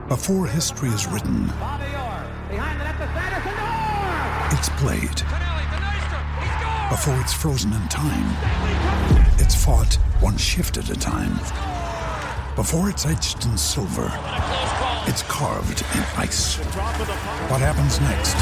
Before history is written, it's played. Before it's frozen in time, it's fought one shift at a time. Before it's etched in silver, it's carved in ice. What happens next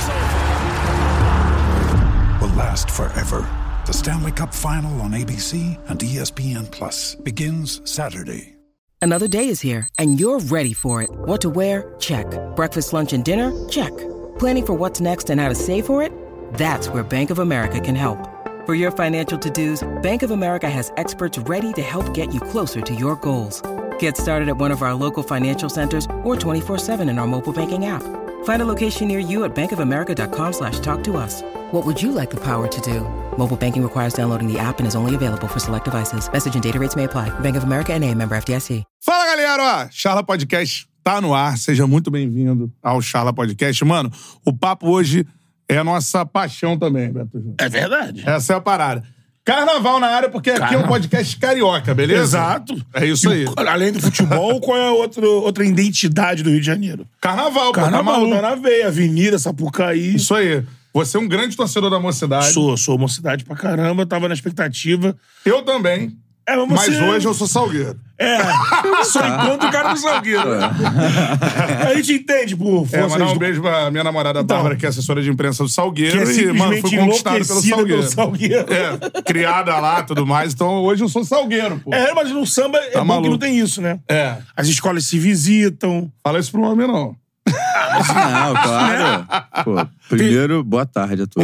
will last forever. The Stanley Cup Final on ABC and ESPN Plus begins Saturday. Another day is here, and you're ready for it. What to wear? Check. Breakfast, lunch, and dinner? Check. Planning for what's next and how to save for it? That's where Bank of America can help. For your financial to-dos, Bank of America has experts ready to help get you closer to your goals. Get started at one of our local financial centers or 24/7 in our mobile banking app. Find a location near you at bankofamerica.com/talktous. What would you like the power to do? Mobile banking requires downloading the app and is only available for select devices. Message and data rates may apply. Bank of America N.A., member FDIC. Fala, galera! Ó, Charla Podcast tá no ar. Seja muito bem-vindo ao Charla Podcast. Mano, o papo hoje é a nossa paixão também, Beto Júnior. É verdade. Essa é a parada. Carnaval na área, porque aqui é um podcast carioca, beleza? Exato. É isso aí. Além do futebol, qual é outra identidade do Rio de Janeiro? Carnaval, pô. Carnaval, tá na veia. Avenida, Sapucaí. Isso aí. Você é um grande torcedor da Mocidade. Sou Mocidade pra caramba. Tava na expectativa. Eu também. Mas hoje eu sou Salgueiro. Só enquanto o cara do Salgueiro. A gente entende, por força. Mandar um beijo pra minha namorada Bárbara, que é assessora de imprensa do Salgueiro. Que é e, mano, fui conquistado pelo Salgueiro. Criada lá e tudo mais. Então hoje eu sou Salgueiro, pô. Mas no samba é bom maluco. Que não tem isso, né? As escolas se visitam. Fala isso pro homem, não. Não, claro. Pô, primeiro, boa tarde a todos.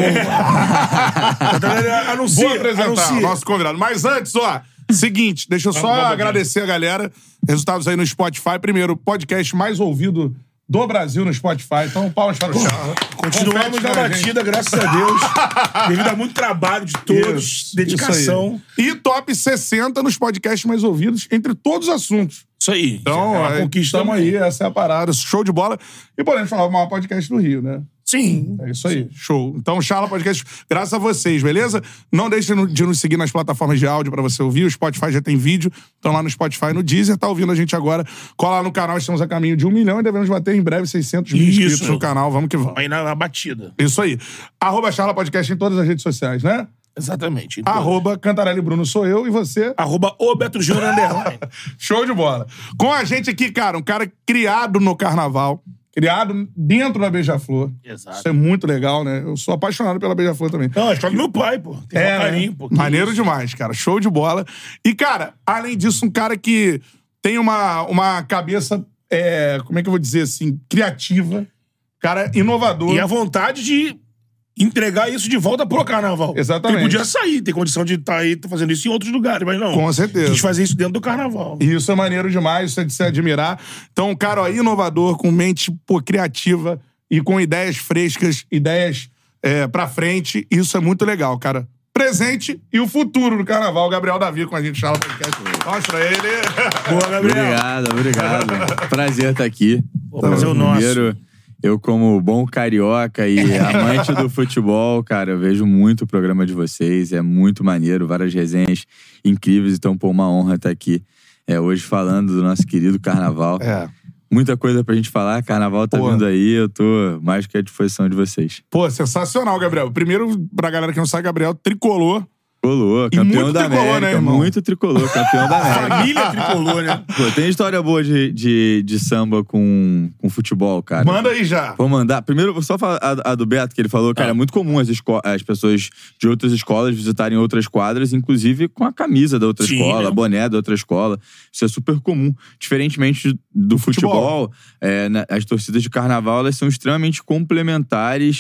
Vou apresentar o nosso convidado. Mas antes, ó, seguinte, deixa eu só agradecer a galera. Resultados aí no Spotify. Primeiro, podcast mais ouvido do Brasil no Spotify. Então, palmas para o Charla. Continuamos na batida, graças a Deus. Devido a muito trabalho de todos, dedicação. E top 60 nos podcasts mais ouvidos entre todos os assuntos. Isso aí. Então, estamos aí, essa é a parada. Show de bola. E podemos falar o maior podcast do Rio, né? Sim. É isso aí. Show. Então, Charla Podcast, graças a vocês, beleza? Não deixe de nos seguir nas plataformas de áudio pra você ouvir. O Spotify já tem vídeo. Então, lá no Spotify, no Deezer, tá ouvindo a gente agora. Cola lá no canal, estamos a caminho de 1 milhão e devemos bater em breve 600 mil inscritos no canal. Vamos que vamos. Aí na batida. Isso aí. @Charla Podcast em todas as redes sociais, né? Exatamente. @Cantarelli Bruno sou eu e você. @OBetoJúnior_. Show de bola. Com a gente aqui, cara, um cara criado no carnaval. Criado dentro da Beija-Flor. Exato. Isso é muito legal, né? Eu sou apaixonado pela Beija-Flor também. Não, a história do meu pai, pô. Tem um carinho, pô. Maneiro demais, cara. Show de bola. E, cara, além disso, um cara que tem uma cabeça, como é que eu vou dizer assim, criativa. Cara inovador. E a vontade de entregar isso de volta pro carnaval. Exatamente. Ele podia sair, tem condição de estar aí fazendo isso em outros lugares, mas não. Com certeza. Quis fazer isso dentro do carnaval. E isso é maneiro demais, isso é de se admirar. Então, um cara inovador, com mente criativa e com ideias frescas, ideias pra frente. Isso é muito legal, cara. Presente e o futuro do carnaval. Gabriel Davi com a gente. Charla Podcast. Mostra ele. Boa, Gabriel. Obrigado. Prazer estar aqui. Prazer nosso. Primeiro, eu, como bom carioca e amante do futebol, cara, eu vejo muito o programa de vocês. É muito maneiro, várias resenhas incríveis. Então, pô, uma honra estar aqui hoje falando do nosso querido carnaval. Muita coisa pra gente falar. Carnaval tá vindo aí, eu tô mais que à disposição de vocês. Pô, sensacional, Gabriel. Primeiro, pra galera que não sabe, Gabriel tricolor. Tricolor, campeão da América, né, muito tricolor, campeão da América. Família tricolor, né? Pô, tem história boa de samba com futebol, cara. Manda aí já. Vou mandar. Primeiro, vou só falar a do Beto, que ele falou, cara, é muito comum as pessoas de outras escolas visitarem outras quadras, inclusive com a camisa da outra escola, boné da outra escola. Isso é super comum. Diferentemente do futebol, as torcidas de carnaval, elas são extremamente complementares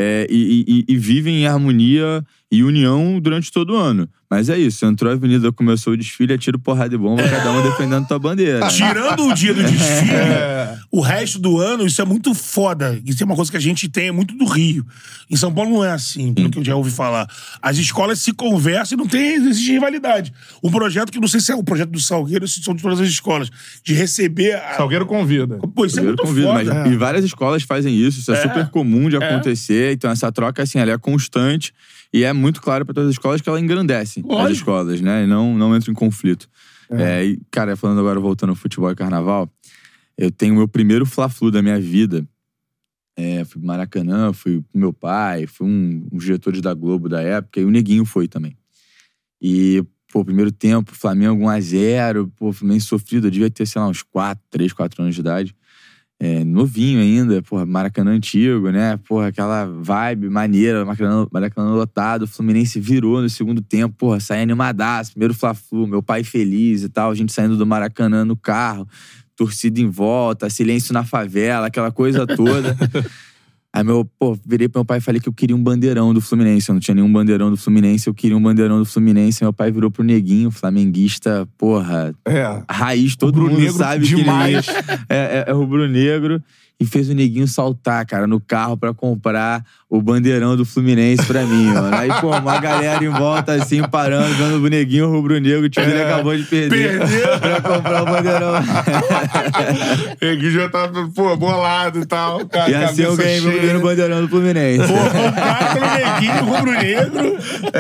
e vivem em harmonia e união durante todo o ano. Mas é isso, entrou a avenida, começou o desfile, é tiro, porrada e bomba, cada um defendendo tua bandeira. Tirando o dia do desfile, o resto do ano, isso é muito foda. Isso é uma coisa que a gente tem, é muito do Rio. Em São Paulo não é assim, pelo que eu já ouvi falar. As escolas se conversam e não existe rivalidade. Um projeto que não sei se é o projeto do Salgueiro, se são de todas as escolas, de receber... Salgueiro convida. Pô, isso é muito foda. E várias escolas fazem isso é super comum de acontecer. Então essa troca, assim, ela é constante. E é muito claro para todas as escolas que ela engrandece as escolas, né? E não entra em conflito. E, cara, falando agora, voltando ao futebol e carnaval, eu tenho o meu primeiro Fla-Flu da minha vida. Fui pro Maracanã, fui com meu pai, fui uns diretores da Globo da época, e o Neguinho foi também. E, primeiro tempo, Flamengo 1-0, Flamengo sofrido, eu devia ter, sei lá, uns 3, 4 anos de idade. Novinho ainda, Maracanã antigo, né? Aquela vibe maneira, Maracanã lotado, o Fluminense virou no segundo tempo, saí animadaço, primeiro Fla-Flu, meu pai feliz e tal, a gente saindo do Maracanã no carro, torcida em volta, silêncio na favela, aquela coisa toda. Aí virei pro meu pai e falei que eu queria um bandeirão do Fluminense. Eu não tinha nenhum bandeirão do Fluminense, eu queria um bandeirão do Fluminense. Meu pai virou pro Neguinho, flamenguista, raiz, todo mundo sabe demais. Que ele é rubro-negro. E fez o Neguinho saltar, cara, no carro pra comprar o bandeirão do Fluminense pra mim, mano. Aí, uma galera em volta, assim, parando, vendo o Neguinho rubro-negro. O time ele acabou de perder pra comprar o bandeirão. O Neguinho já tá, bolado e tal. E assim eu ganhei meu primeiro bandeirão do Fluminense. O cara pelo Neguinho rubro-negro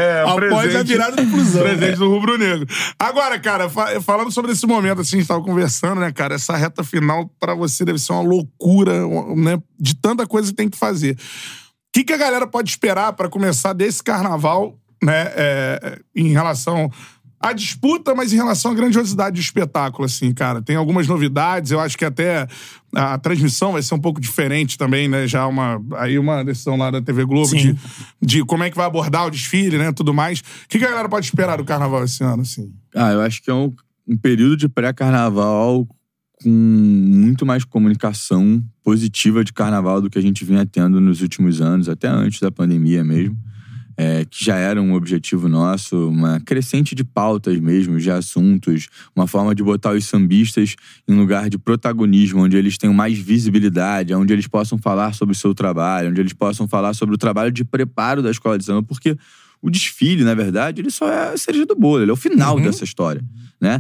após a virada do Flusão. Presente do rubro-negro. Agora, cara, falando sobre esse momento, assim, a gente tava conversando, né, cara? Essa reta final pra você deve ser uma loucura, né, de tanta coisa que tem que fazer. O que a galera pode esperar para começar desse carnaval, né, em relação à disputa, mas em relação à grandiosidade do espetáculo, assim, cara? Tem algumas novidades, eu acho que até a transmissão vai ser um pouco diferente também, né? Já uma decisão lá da TV Globo de como é que vai abordar o desfile, né, tudo mais. O que a galera pode esperar do carnaval esse ano, assim? Eu acho que é um período de pré-carnaval com muito mais comunicação positiva de carnaval do que a gente vinha tendo nos últimos anos, até antes da pandemia mesmo, que já era um objetivo nosso, uma crescente de pautas mesmo, de assuntos, uma forma de botar os sambistas em lugar de protagonismo, onde eles tenham mais visibilidade, onde eles possam falar sobre o seu trabalho, onde eles possam falar sobre o trabalho de preparo da escola de samba, porque o desfile, na verdade, ele só é a cereja do bolo, ele é o final dessa história, né?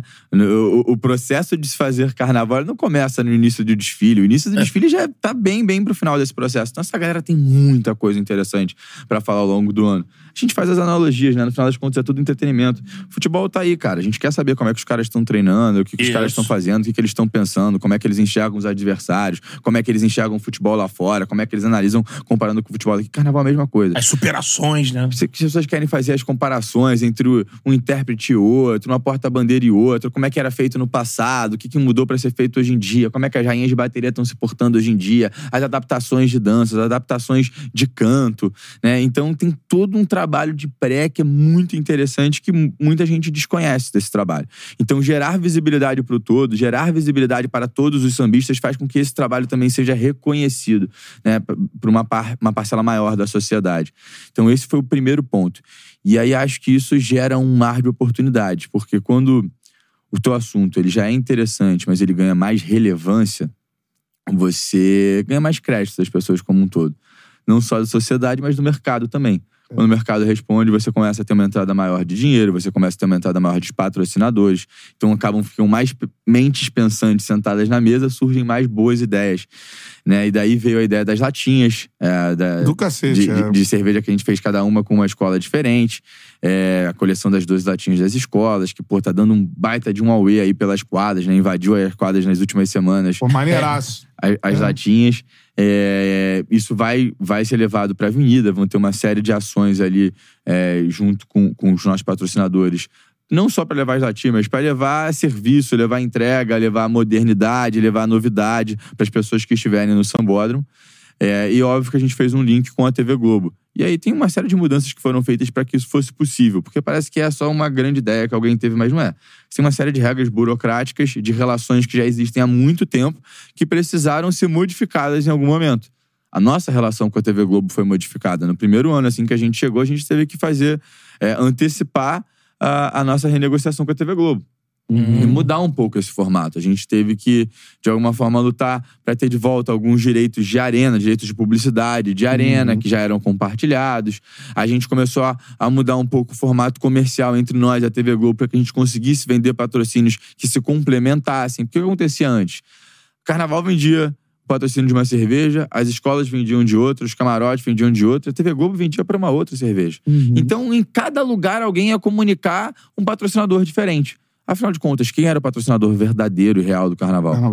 O processo de se fazer carnaval não começa no início do desfile. O início do desfile já tá bem pro final desse processo. Então essa galera tem muita coisa interessante pra falar ao longo do ano. A gente faz as analogias, né? No final das contas é tudo entretenimento. Futebol tá aí, cara. A gente quer saber como é que os caras estão treinando, o que os caras estão fazendo, o que eles estão pensando, como é que eles enxergam os adversários, como é que eles enxergam o futebol lá fora, como é que eles analisam comparando com o futebol aqui. Carnaval é a mesma coisa. As superações, né? As pessoas querem fazer as comparações entre um intérprete e outro, uma porta-bandeira e outro, como é que era feito no passado, o que mudou pra ser feito hoje em dia, como é que as rainhas de bateria estão se portando hoje em dia, as adaptações de dança, as adaptações de canto, né? Então tem todo um trabalho de pré que é muito interessante, que muita gente desconhece desse trabalho. Então gerar visibilidade pro todo, gerar visibilidade para todos os sambistas faz com que esse trabalho também seja reconhecido, né, por uma parcela maior da sociedade. Então esse foi o primeiro ponto. E aí acho que isso gera um mar de oportunidades, porque quando o teu assunto ele já é interessante, mas ele ganha mais relevância, você ganha mais crédito das pessoas como um todo. Não só da sociedade, mas do mercado também. Quando o mercado responde, você começa a ter uma entrada maior de dinheiro, você começa a ter uma entrada maior de patrocinadores. Então ficam mais mentes pensantes sentadas na mesa, surgem mais boas ideias, né? E daí veio a ideia das latinhas, do cacete, de cerveja que a gente fez cada uma com uma escola diferente, a coleção das 12 latinhas das escolas, que, tá dando um baita de um auê aí pelas quadras, né? Invadiu as quadras nas últimas semanas. Maneiraço. As latinhas. Isso vai ser levado para a avenida, vão ter uma série de ações ali junto com os nossos patrocinadores, não só para levar as latinhas, mas para levar serviço, levar entrega, levar modernidade, levar novidade para as pessoas que estiverem no Sambódromo. E óbvio que a gente fez um link com a TV Globo. E aí tem uma série de mudanças que foram feitas para que isso fosse possível, porque parece que é só uma grande ideia que alguém teve, mas não é. Tem uma série de regras burocráticas, de relações que já existem há muito tempo, que precisaram ser modificadas em algum momento. A nossa relação com a TV Globo foi modificada. No primeiro ano, assim que a gente chegou, a gente teve que antecipar a nossa renegociação com a TV Globo. E mudar um pouco esse formato. A gente teve que, de alguma forma, lutar para ter de volta alguns direitos de arena, direitos de publicidade de arena, que já eram compartilhados. A gente começou a mudar um pouco o formato comercial entre nós e a TV Globo para que a gente conseguisse vender patrocínios que se complementassem. Porque o que acontecia antes? O Carnaval vendia patrocínio de uma cerveja, as escolas vendiam de outra, os camarotes vendiam de outra, a TV Globo vendia para uma outra cerveja. Então, em cada lugar, alguém ia comunicar um patrocinador diferente. Afinal de contas, quem era o patrocinador verdadeiro e real do Carnaval?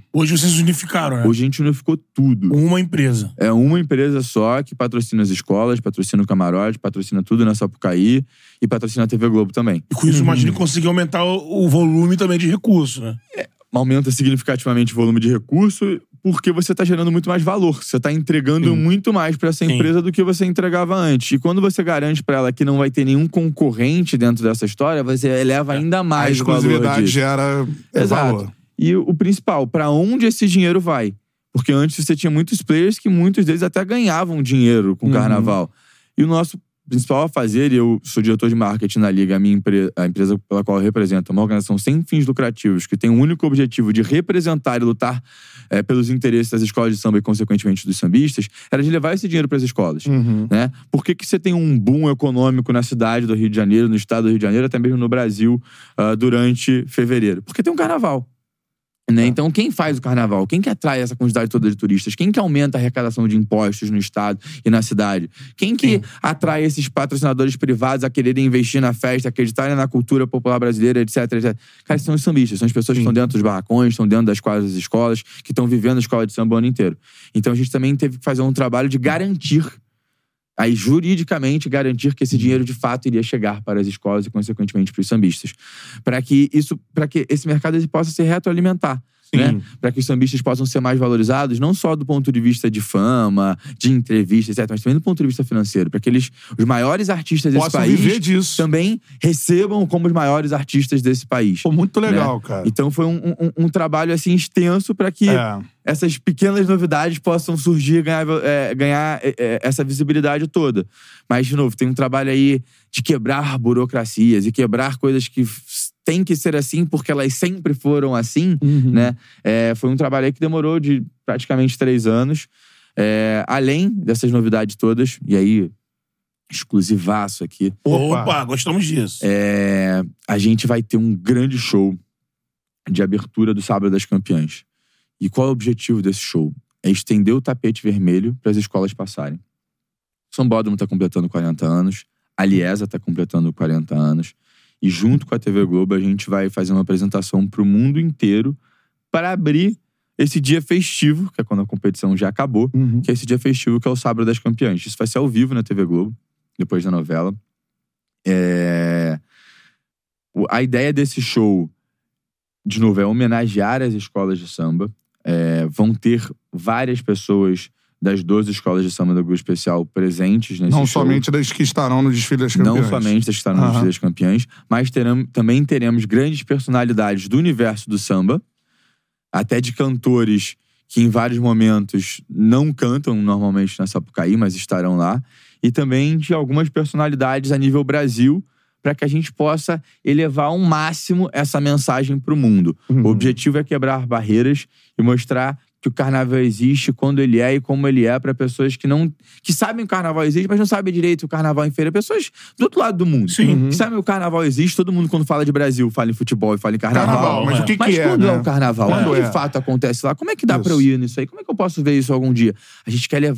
Hoje vocês unificaram, né? Hoje a gente unificou tudo. Uma empresa. É uma empresa só que patrocina as escolas, patrocina o camarote, patrocina tudo na Sapucaí e patrocina a TV Globo também. E com isso, imagina que conseguir aumentar o volume também de recursos, né? Aumenta significativamente o volume de recurso porque você está gerando muito mais valor. Você está entregando muito mais para essa empresa do que você entregava antes. E quando você garante para ela que não vai ter nenhum concorrente dentro dessa história, você eleva ainda mais o valor disso. A exclusividade gera valor. E o principal, para onde esse dinheiro vai? Porque antes você tinha muitos players que muitos deles até ganhavam dinheiro com o carnaval. E o nosso principal a fazer, e eu sou diretor de marketing na Liga, a empresa pela qual eu represento, uma organização sem fins lucrativos, que tem o único objetivo de representar e lutar pelos interesses das escolas de samba e, consequentemente, dos sambistas, era de levar esse dinheiro para as escolas. Né? Por que você tem um boom econômico na cidade do Rio de Janeiro, no estado do Rio de Janeiro, até mesmo no Brasil, durante fevereiro? Porque tem um carnaval. Né? Então, quem faz o carnaval? Quem que atrai essa quantidade toda de turistas? Quem que aumenta a arrecadação de impostos no estado e na cidade? Quem que atrai esses patrocinadores privados a quererem investir na festa, acreditarem na cultura popular brasileira, etc, etc? Cara, são os sambistas, são as pessoas que estão dentro dos barracões, estão dentro das quadras das escolas, que estão vivendo a escola de samba o ano inteiro. Então, a gente também teve que fazer um trabalho de garantir, aí juridicamente garantir que esse dinheiro de fato iria chegar para as escolas e, consequentemente, para os sambistas. Para que esse mercado possa se retroalimentar. Né? Para que os sambistas possam ser mais valorizados, não só do ponto de vista de fama, de entrevista, etc., mas também do ponto de vista financeiro. Para que os maiores artistas desse país também recebam como os maiores artistas desse país. Pô, muito legal, né? cara. Então foi um trabalho assim extenso para que essas pequenas novidades possam surgir e ganhar essa visibilidade toda. Mas, de novo, tem um trabalho aí de quebrar burocracias e quebrar coisas que tem que ser assim porque elas sempre foram assim, né? Foi um trabalho aí que demorou de praticamente 3 anos. Além dessas novidades todas, e aí, exclusivaço aqui. Opa, gostamos disso. A gente vai ter um grande show de abertura do Sábado das Campeãs. E qual é o objetivo desse show? É estender o tapete vermelho para as escolas passarem. São Bódromo está completando 40 anos, a Liesa está completando 40 anos. E junto com a TV Globo, a gente vai fazer uma apresentação para o mundo inteiro para abrir esse dia festivo, que é quando a competição já acabou, que é esse dia festivo que é o Sábado das Campeãs. Isso vai ser ao vivo na TV Globo, depois da novela. A ideia desse show, de novo, é homenagear as escolas de samba. Vão ter várias pessoas das 12 escolas de samba do Grupo Especial presentes nesse show. Não somente das que estarão no desfile das campeãs. Não somente das que estarão no desfile das campeãs, mas também teremos grandes personalidades do universo do samba, até de cantores que em vários momentos não cantam normalmente na Sapucaí, mas estarão lá, e também de algumas personalidades a nível Brasil, para que a gente possa elevar ao máximo essa mensagem para o mundo. O objetivo é quebrar barreiras e mostrar que o carnaval existe, quando ele é e como ele é, para pessoas que sabem que o carnaval existe, mas não sabem direito o carnaval em feira. Pessoas do outro lado do mundo. Que sabem que o carnaval existe. Todo mundo, quando fala de Brasil, fala em futebol e fala em carnaval. Mas o que mas quando é o carnaval? Quando o que de fato acontece lá? Como é que dá pra eu ir nisso aí? Como é que eu posso ver isso algum dia? A gente quer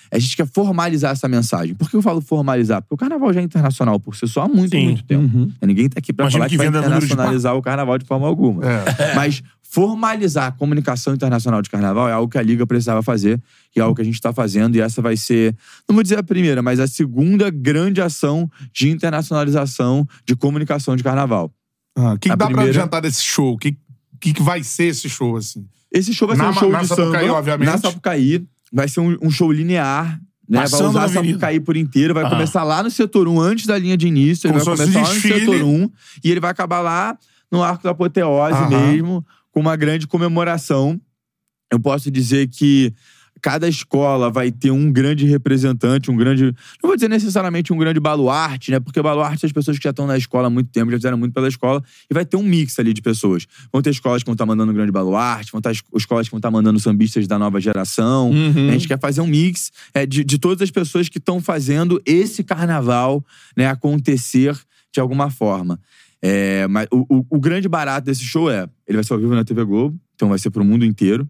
formalizar essa mensagem. Por que eu falo formalizar? Porque o carnaval já é internacional por si só há muito tempo. Ninguém tá aqui pra falar que vai internacionalizar o carnaval de forma alguma. Mas formalizar a comunicação internacional de carnaval é algo que a Liga precisava fazer, e é algo que a gente está fazendo, e essa vai ser, não vou dizer a primeira, mas a segunda grande ação de internacionalização de comunicação de carnaval. O que dá pra adiantar desse show? O que vai ser esse show, assim? Esse show vai ser um show de Sapucaí, samba. obviamente. Na Sapucaí. Vai ser um show linear, né? Vai usar a Sapucaí por inteiro. Vai começar lá no setor 1, antes da linha de início. Ele vai começar lá no setor 1. E ele vai acabar lá no Arco da Apoteose mesmo, com uma grande comemoração. Eu posso dizer que cada escola vai ter um grande representante, não vou dizer necessariamente um grande baluarte, né? Porque baluarte são as pessoas que já estão na escola há muito tempo, já fizeram muito pela escola, e vai ter um mix ali de pessoas. Vão ter escolas que vão estar mandando um grande baluarte, vão ter escolas que vão estar mandando sambistas da nova geração. A gente quer fazer um mix de todas as pessoas que estão fazendo esse carnaval, né, acontecer de alguma forma. Mas o grande barato desse show ele vai ser ao vivo na TV Globo, então vai ser pro mundo inteiro.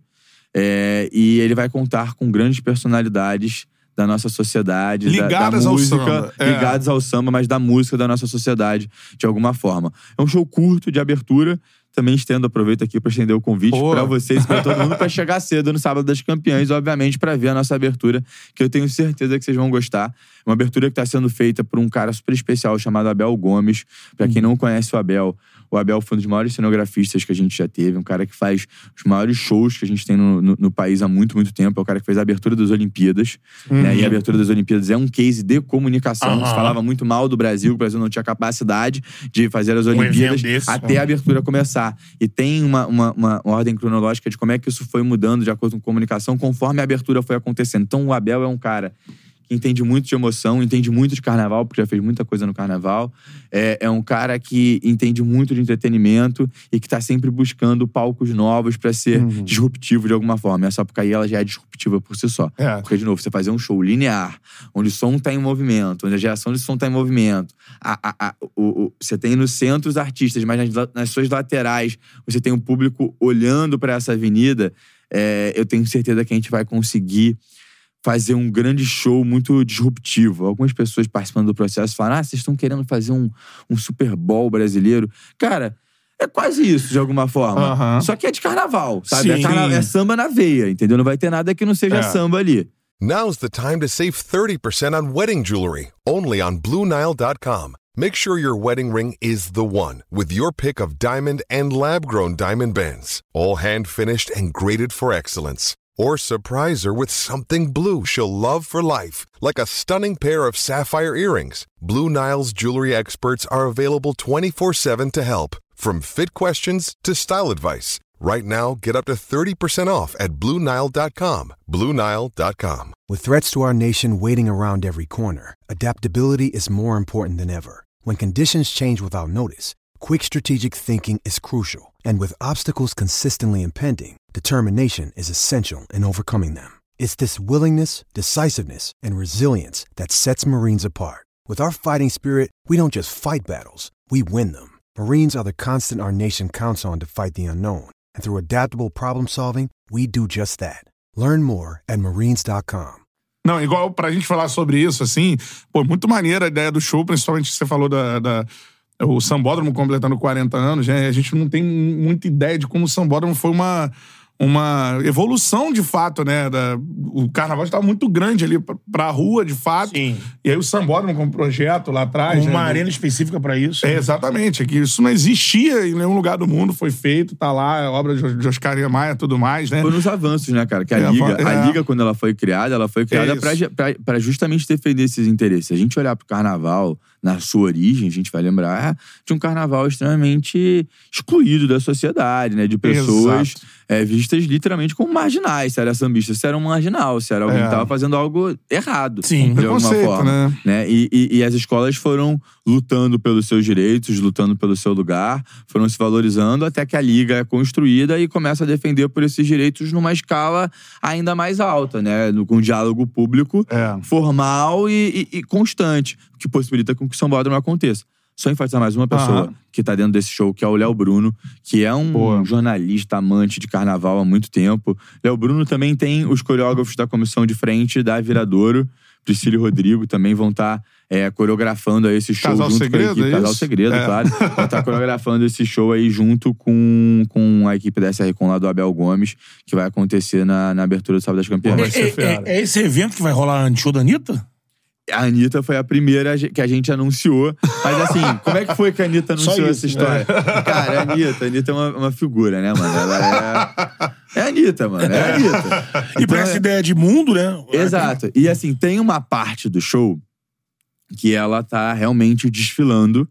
E ele vai contar com grandes personalidades da nossa sociedade, ligadas da ao música, samba. Ligadas ao samba, mas da música da nossa sociedade, de alguma forma. É um show curto, de abertura, também aproveito aqui pra estender o convite pra vocês, pra todo mundo, pra chegar cedo no Sábado das Campeãs, obviamente, pra ver a nossa abertura, que eu tenho certeza que vocês vão gostar. Uma abertura que tá sendo feita por um cara super especial chamado Abel Gomes. Pra quem não conhece o Abel foi um dos maiores cenografistas que a gente já teve, um cara que faz os maiores shows que a gente tem no país há muito, muito tempo. É o cara que fez a abertura das Olimpíadas, né? E a abertura das Olimpíadas é um case de comunicação. Se falava muito mal do Brasil, que o Brasil não tinha capacidade de fazer as Olimpíadas até a abertura começar. E tem uma ordem cronológica de como é que isso foi mudando de acordo com comunicação, conforme a abertura foi acontecendo. Então o Abel é um cara que entende muito de emoção, entende muito de carnaval, porque já fez muita coisa no carnaval. É um cara que entende muito de entretenimento e que tá sempre buscando palcos novos pra ser disruptivo de alguma forma. Essa Sapucaí, ela já é disruptiva por si só. Porque, de novo, você fazer um show linear, onde o som tá em movimento, onde a geração de som tá em movimento, você tem no centro os artistas, mas nas suas laterais você tem um público olhando pra essa avenida. Eu tenho certeza que a gente vai conseguir fazer um grande show muito disruptivo. Algumas pessoas participando do processo falaram: vocês estão querendo fazer um Super Bowl brasileiro. Cara, é quase isso, de alguma forma. Só que é de carnaval, sabe? É samba na veia, entendeu? Não vai ter nada que não seja samba ali. Now's the time to save 30% on wedding jewelry, only on BlueNile.com. Make sure your wedding ring is the one, with your pick of diamond and lab-grown diamond bands, all hand-finished and graded for excellence. Or surprise her with something blue she'll love for life, like a stunning pair of sapphire earrings. Blue Nile's jewelry experts are available 24/7 to help, from fit questions to style advice. Right now, get up to 30% off at BlueNile.com. BlueNile.com. With threats to our nation waiting around every corner, adaptability is more important than ever. When conditions change without notice, quick strategic thinking is crucial. And with obstacles consistently impending, determination is essential in overcoming them. It's this willingness, decisiveness, and resilience that sets Marines apart. With our fighting spirit, we don't just fight battles, we win them. Marines are the constant our nation counts on to fight the unknown. And through adaptable problem solving, we do just that. Learn more at Marines.com. Não, igual pra gente falar sobre isso, assim, muito maneira a ideia do show, principalmente que você falou o Sambódromo completando 40 anos, né? A gente não tem muita ideia de como o Sambódromo foi uma evolução, de fato, né? O carnaval estava muito grande ali pra rua, de fato. Sim. E aí o Sambódromo como projeto lá atrás. Uma arena específica pra isso. Exatamente. É que isso não existia em nenhum lugar do mundo, foi feito, tá lá, é obra de Oscar Niemeyer e tudo mais, né? Foi nos avanços, né, cara? Que a Liga, quando ela foi criada pra justamente defender esses interesses. Se a gente olhar pro carnaval, na sua origem, a gente vai lembrar de um carnaval extremamente excluído da sociedade, né? De pessoas vistas literalmente como marginais. Se era sambista, se era um marginal, se era alguém que tava fazendo algo errado. Sim, de alguma forma. Né? E as escolas foram lutando pelos seus direitos, lutando pelo seu lugar, foram se valorizando até que a Liga é construída e começa a defender por esses direitos numa escala ainda mais alta, né? Com diálogo público formal e constante, que possibilita com que o Sambódromo aconteça. Só enfatizar mais uma pessoa que tá dentro desse show, que é o Léo Bruno, que é um jornalista amante de carnaval há muito tempo. Léo Bruno também tem os coreógrafos da comissão de frente da Viradouro, Priscila e Rodrigo, também vão estar coreografando aí esse show Casal junto Segredo, com a equipe. Casal Segredo, claro. Vão estar coreografando esse show aí junto com a equipe da SR Com lá do Abel Gomes, que vai acontecer na abertura do Sábado das Campeãs. É esse evento que vai rolar no show da Anitta? A Anitta foi a primeira que a gente anunciou. Mas assim, como é que foi que a Anitta anunciou essa história? Cara, a Anitta é uma figura, né, mano? Ela é a Anitta, mano. É a Anitta. E pra essa ideia de mundo, né? Exato. E assim, tem uma parte do show que ela tá realmente desfilando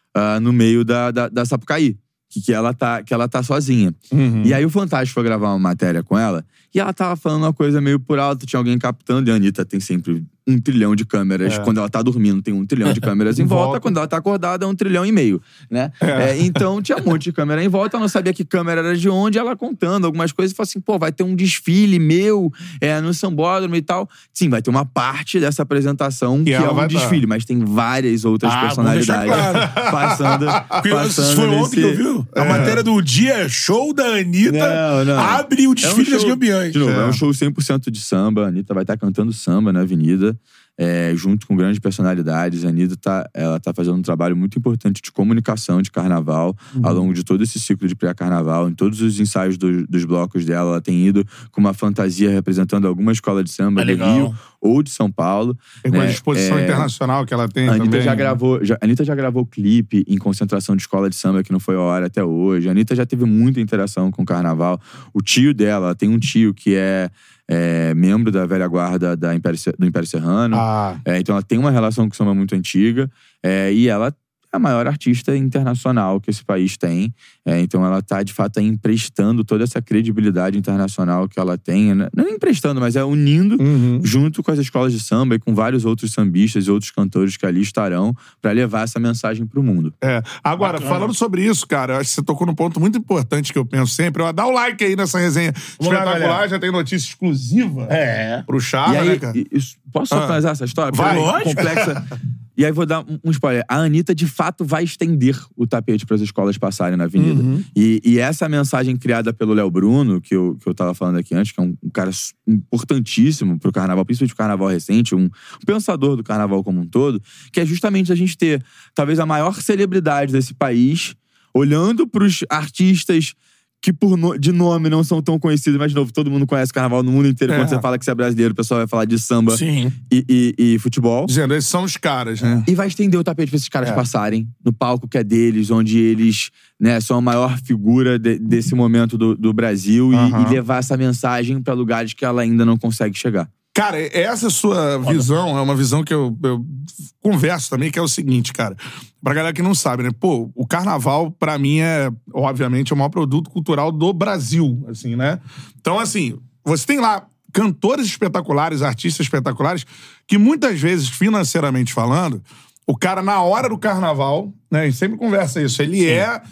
no meio da Sapucaí. Que ela tá sozinha. E aí o Fantástico foi gravar uma matéria com ela e ela tava falando uma coisa meio por alto, tinha alguém captando, e a Anitta tem sempre 1 trilhão de câmeras. Quando ela tá dormindo, tem 1 trilhão de câmeras em volta. Quando ela tá acordada, é 1,5 trilhão, né? Então tinha um monte de câmera em volta, ela não sabia que câmera era de onde, ela contando algumas coisas e falou assim, vai ter um desfile meu no Sambódromo e tal. Sim, vai ter uma parte dessa apresentação que é um desfile, mas tem várias outras personalidades passando. Foi ontem que eu vi a matéria do dia, show da Anitta, abre o desfile das campeãs. De novo, é um show 100% de samba. A Anitta vai estar cantando samba na avenida. junto com grandes personalidades. A Anitta ela tá fazendo um trabalho muito importante de comunicação de carnaval ao longo de todo esse ciclo de pré-carnaval. Em todos os ensaios dos blocos dela, ela tem ido com uma fantasia representando alguma escola de samba do Rio ou de São Paulo. Tem uma exposição internacional que ela tem a Anitta também. A Anitta já gravou clipe em concentração de escola de samba que não foi a hora até hoje. A Anitta já teve muita interação com o carnaval. O tio dela, ela tem um tio que é membro da velha guarda do Império Serrano. Então ela tem uma relação com o samba muito antiga. E ela é a maior artista internacional que esse país tem. Então ela tá, de fato, emprestando toda essa credibilidade internacional que ela tem. Não emprestando, mas unindo junto com as escolas de samba e com vários outros sambistas e outros cantores que ali estarão para levar essa mensagem pro mundo. Agora, falando sobre isso, cara, eu acho que você tocou num ponto muito importante que eu penso sempre. Dá o like aí nessa resenha espetacular. Já tem notícia exclusiva pro Chava, né, cara? Posso só finalizar essa história? Vai, complexa. E aí vou dar um spoiler. A Anitta, de fato, vai estender o tapete para as escolas passarem na avenida. E essa mensagem criada pelo Léo Bruno, que eu tava falando aqui antes, que é um cara importantíssimo pro carnaval, principalmente o carnaval recente, um pensador do carnaval como um todo, que é justamente a gente ter, talvez, a maior celebridade desse país, olhando pros artistas que de nome não são tão conhecidos, mas de novo, todo mundo conhece carnaval no mundo inteiro. Quando você fala que você é brasileiro, o pessoal vai falar de samba e futebol. Dizendo, esses são os caras, né? E vai estender o tapete pra esses caras passarem no palco que é deles, onde eles, né, são a maior figura desse momento do Brasil e levar essa mensagem pra lugares que ela ainda não consegue chegar. Cara, essa sua visão é uma visão que eu converso também, que é o seguinte, cara. Pra galera que não sabe, né? Pô, o carnaval, pra mim, obviamente, o maior produto cultural do Brasil, assim, né? Então, assim, você tem lá cantores espetaculares, artistas espetaculares, que muitas vezes, financeiramente falando, o cara, na hora do carnaval, né? A gente sempre conversa isso, ele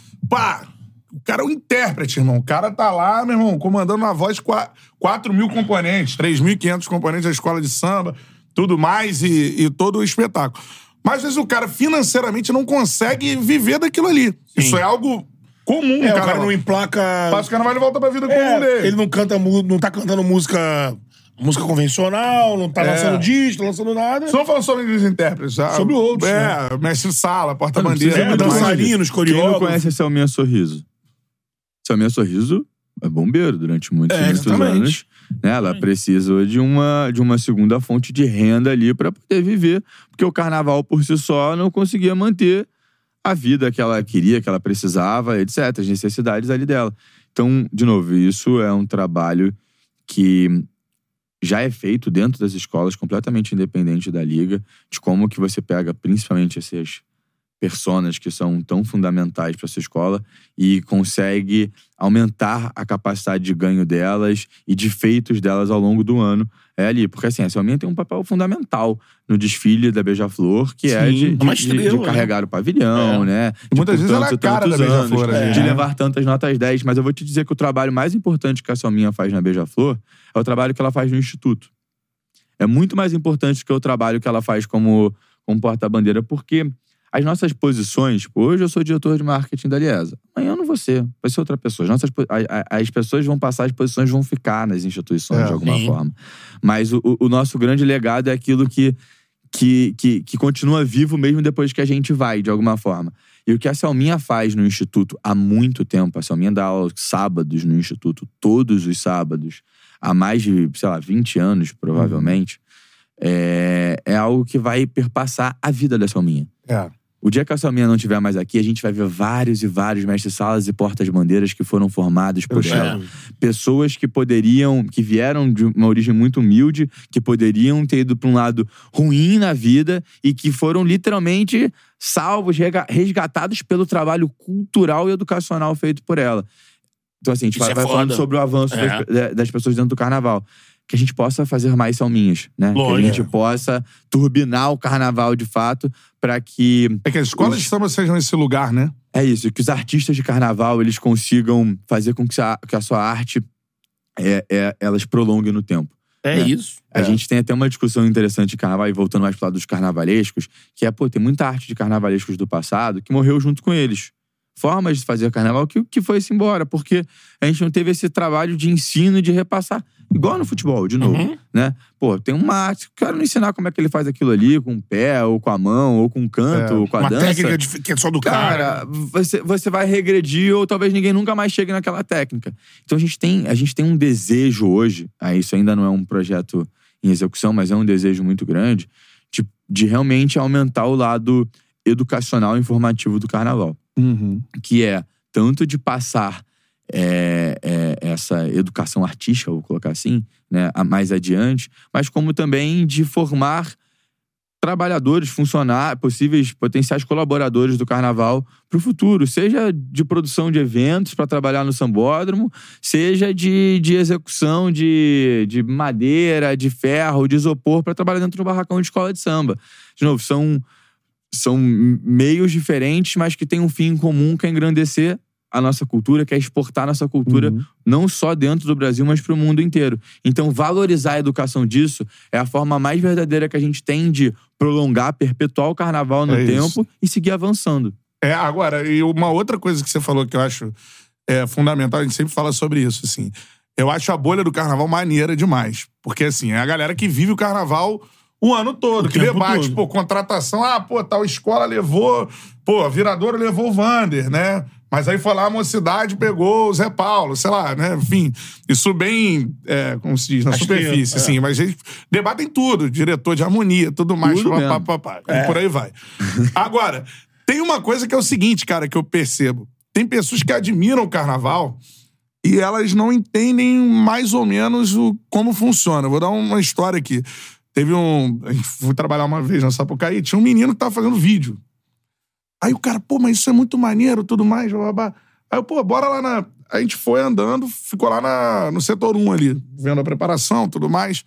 o cara é um intérprete, irmão. O cara tá lá, meu irmão, comandando uma voz de 4.000 componentes, 3.500 componentes da escola de samba, tudo mais e todo o espetáculo. Mas, às vezes, o cara financeiramente não consegue viver daquilo ali. Isso é algo comum, cara. O cara não emplaca... Passa o carnaval e volta pra vida comum dele. Ele não tá cantando música convencional, não tá lançando disco, não lançando nada. Só não falando sobre os intérpretes, sabe? Sobre outros, mestre Sala, porta-bandeira. Dançarinos, coreógrafos. Quem não conhece a Selminha Sorriso? Selminha Sorriso é bombeiro durante muitos anos. Né? Ela precisou de uma segunda fonte de renda ali pra poder viver, porque o carnaval por si só não conseguia manter a vida que ela queria, que ela precisava, etc. As necessidades ali dela. Então, de novo, isso é um trabalho que já é feito dentro das escolas, completamente independente da liga, de como que você pega principalmente essas personas que são tão fundamentais para essa escola e consegue aumentar a capacidade de ganho delas e de feitos delas ao longo do ano ali. Porque assim, a Selminha tem um papel fundamental no desfile da Beija-Flor, que é de carregar o pavilhão, né? Muitas vezes ela é a cara da Beija-Flor. De levar tantas notas 10. Mas eu vou te dizer que o trabalho mais importante que a Selminha faz na Beija-Flor é o trabalho que ela faz no Instituto. É muito mais importante que o trabalho que ela faz como porta-bandeira, porque as nossas posições, tipo, hoje eu sou diretor de marketing da Liesa. Amanhã eu não vou ser, vai ser outra pessoa. As pessoas vão passar, as posições vão ficar nas instituições de alguma forma. Mas o nosso grande legado é aquilo que continua vivo mesmo depois que a gente vai, de alguma forma. E o que a Selminha faz no Instituto há muito tempo, a Selminha dá aula sábados no Instituto, todos os sábados, há mais de, 20 anos, provavelmente, é algo que vai perpassar a vida da Selminha. O dia que a Selminha não estiver mais aqui, a gente vai ver vários e vários mestres-salas e portas-bandeiras que foram formados por ela. Pessoas que vieram de uma origem muito humilde, que poderiam ter ido para um lado ruim na vida e que foram literalmente salvos, resgatados pelo trabalho cultural e educacional feito por ela. Então assim, a gente vai falando sobre o avanço das pessoas dentro do carnaval. Que a gente possa fazer mais Selminhas, né? Que a gente possa turbinar o carnaval de fato para que... que as escolas de samba sejam esse lugar, né? É isso, que os artistas de carnaval eles consigam fazer com que a sua arte elas prolonguem no tempo. Isso. A gente tem até uma discussão interessante de carnaval, e voltando mais pro lado dos carnavalescos, que tem muita arte de carnavalescos do passado que morreu junto com eles. Formas de fazer carnaval que foi-se embora, porque a gente não teve esse trabalho de ensino e de repassar. Igual no futebol, de novo, né? Pô, tem um mate, quero não ensinar como é que ele faz aquilo ali, com o pé, ou com a mão, ou com o canto, ou com a dança. Uma técnica que é só do cara. Você vai regredir, ou talvez ninguém nunca mais chegue naquela técnica. Então a gente tem um desejo hoje, isso ainda não é um projeto em execução, mas é um desejo muito grande, de realmente aumentar o lado educacional e informativo do carnaval. Que é tanto de passar essa educação artística, vou colocar assim, né, mais adiante, mas como também de formar trabalhadores, funcionários, possíveis, potenciais colaboradores do carnaval para o futuro, seja de produção de eventos para trabalhar no sambódromo, seja de execução de madeira, de ferro, de isopor para trabalhar dentro do barracão de escola de samba. De novo, são meios diferentes, mas que têm um fim em comum, que é engrandecer a nossa cultura, que é exportar a nossa cultura, não só dentro do Brasil, mas para o mundo inteiro. Então, valorizar a educação disso é a forma mais verdadeira que a gente tem de prolongar, perpetuar o carnaval no tempo e seguir avançando. Agora, e uma outra coisa que você falou que eu acho fundamental, a gente sempre fala sobre isso, assim. Eu acho a bolha do carnaval maneira demais. Porque, assim, é a galera que vive o carnaval o ano todo, que debate, pô, contratação, tal escola levou, a Viradouro levou o Vander, né? Mas aí foi lá a Mocidade, pegou o Zé Paulo, sei lá, né? Enfim, isso bem, como se diz, na superfície, assim. Mas a gente debate em tudo, diretor de harmonia, tudo mais, e por aí vai. Agora, tem uma coisa que é o seguinte, cara, que eu percebo. Tem pessoas que admiram o carnaval e elas não entendem mais ou menos como funciona. Vou dar uma história aqui. Fui trabalhar uma vez na Sapucaí, tinha um menino que tava fazendo vídeo. Aí o cara, mas isso é muito maneiro, tudo mais, babá. Aí eu, bora lá A gente foi andando, ficou lá no setor 1 ali, vendo a preparação, tudo mais.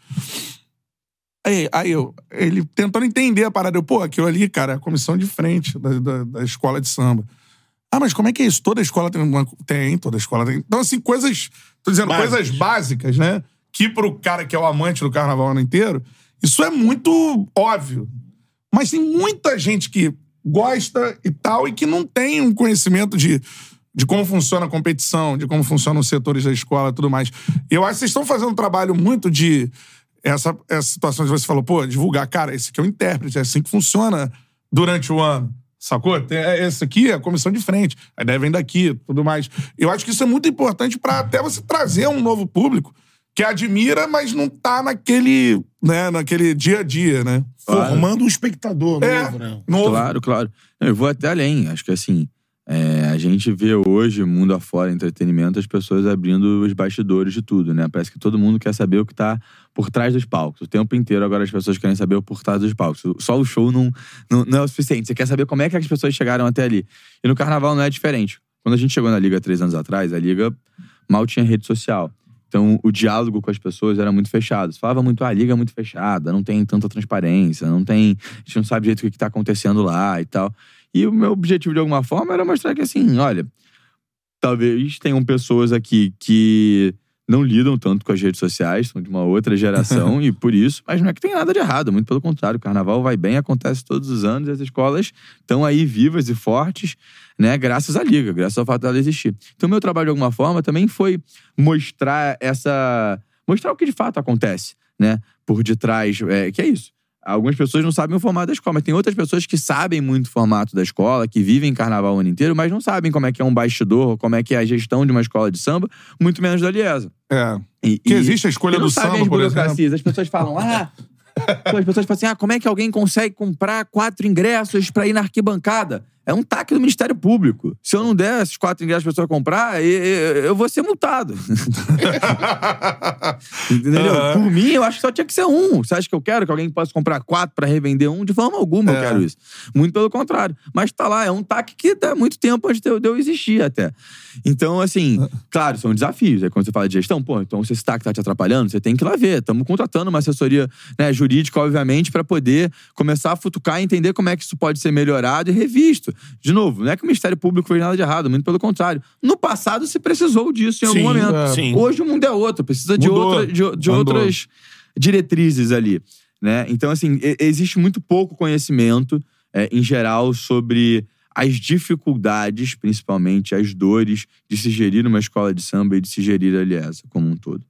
Ele tentando entender a parada. Aquilo ali, cara, é a comissão de frente da escola de samba. Mas como é que é isso? Toda escola tem, toda escola tem. Então, assim, coisas básicas, né? Que pro cara que é o amante do carnaval o ano inteiro, isso é muito óbvio. Mas tem muita gente que gosta e tal, e que não tem um conhecimento de como funciona a competição, de como funcionam os setores da escola e tudo mais. E eu acho que vocês estão fazendo um trabalho muito de essa situação de você falou, divulgar, cara, esse aqui é o intérprete, é assim que funciona durante o ano, sacou? Esse aqui é a comissão de frente, a ideia vem daqui, tudo mais. Eu acho que isso é muito importante pra até você trazer um novo público que admira, mas não tá naquele dia a dia, né? Claro. Formando um espectador novo, né? Claro. Eu vou até além. Acho que assim, a gente vê hoje, mundo afora, entretenimento, as pessoas abrindo os bastidores de tudo, né? Parece que todo mundo quer saber o que tá por trás dos palcos. O tempo inteiro agora as pessoas querem saber o por trás dos palcos. Só o show não é o suficiente. Você quer saber como é que as pessoas chegaram até ali. E no carnaval não é diferente. Quando a gente chegou na Liga 3 anos atrás, a Liga mal tinha rede social. Então, o diálogo com as pessoas era muito fechado. Você falava muito, a Liga é muito fechada, não tem tanta transparência, a gente não sabe direito o que tá acontecendo lá e tal. E o meu objetivo, de alguma forma, era mostrar que, assim, olha, talvez tenham pessoas aqui que não lidam tanto com as redes sociais, são de uma outra geração, e por isso, mas não é que tem nada de errado, muito pelo contrário, o carnaval vai bem, acontece todos os anos, e as escolas estão aí vivas e fortes, né, graças à Liga, graças ao fato dela existir. Então, meu trabalho, de alguma forma, também foi mostrar o que de fato acontece, né, por detrás, que é isso. Algumas pessoas não sabem o formato da escola, mas tem outras pessoas que sabem muito o formato da escola, que vivem carnaval o ano inteiro, mas não sabem como é que é um bastidor, como é que é a gestão de uma escola de samba, muito menos da Liesa. Que existe a escolha do samba, as por exemplo. As pessoas falam, as pessoas falam assim, como é que alguém consegue comprar 4 ingressos pra ir na arquibancada? É um taque do Ministério Público. Se eu não der esses 4 ingressos pra pessoa comprar, eu vou ser multado. Entendeu? Por mim, eu acho que só tinha que ser um. Você acha que eu quero que alguém possa comprar 4 pra revender um? De forma alguma eu quero isso. Muito pelo contrário. Mas tá lá, é um taque que dá muito tempo antes de eu existir até. Então, assim, claro, são desafios. Aí quando você fala de gestão, então se esse taque tá te atrapalhando, você tem que ir lá ver. Estamos contratando uma assessoria, né, jurídica, obviamente, pra poder começar a futucar e entender como é que isso pode ser melhorado e revisto. De novo, não é que o Ministério Público fez nada de errado, muito pelo contrário. No passado se precisou disso em algum momento. Hoje o mundo é outro, precisa de outras diretrizes ali, né? Então, assim, existe muito pouco conhecimento, em geral, sobre as dificuldades, principalmente as dores de se gerir uma escola de samba e de se gerir a Liesa como um todo.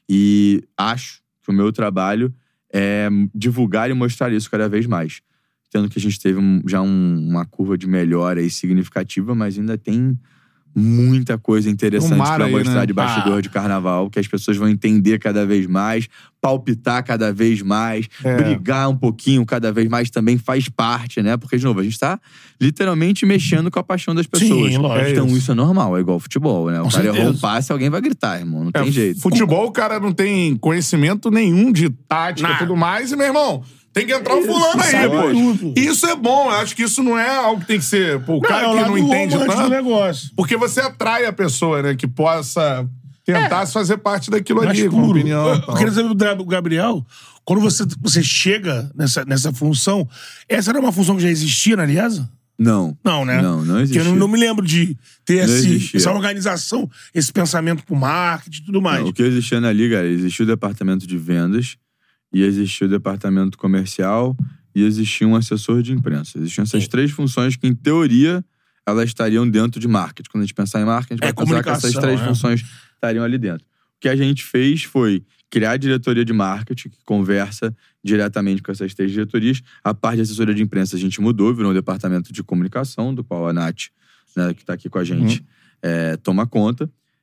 E acho que o meu trabalho é divulgar e mostrar isso cada vez mais. Tendo que a gente teve já uma curva de melhora aí significativa, mas ainda tem muita coisa interessante pra mostrar, né? De bastidor de carnaval, que as pessoas vão entender cada vez mais, palpitar cada vez mais, brigar um pouquinho cada vez mais também faz parte, né? Porque, de novo, a gente tá literalmente mexendo com a paixão das pessoas. Sim, lógico. Então isso é normal, é igual futebol, né? O cara errou um passe, alguém vai gritar, irmão. Não tem jeito. Futebol, o cara não tem conhecimento nenhum de tática e tudo mais, e, meu irmão, tem que entrar o fulano aí, pô. Isso é bom, eu acho que isso não é algo que tem que ser... Pô, o cara que não entende tanto... negócio. Porque você atrai a pessoa, né, que possa tentar se fazer parte daquilo ali, com opinião. Eu queria saber do Gabriel, quando você chega nessa função, essa era uma função que já existia na Aliança? Não. Não, né? Não existia. Porque eu não me lembro de ter essa organização, esse pensamento pro marketing e tudo mais. Não, o que existia na Liga, existia o departamento de vendas, e existia o departamento comercial, e existia um assessor de imprensa. Existiam essas três funções que, em teoria, elas estariam dentro de marketing. Quando a gente pensar em marketing, a gente vai pensar que essas três funções estariam ali dentro. O que a gente fez foi criar a diretoria de marketing, que conversa diretamente com essas três diretorias. A parte de assessoria de imprensa a gente mudou, virou um departamento de comunicação, do qual a Nath, né, que está aqui com a gente, toma conta.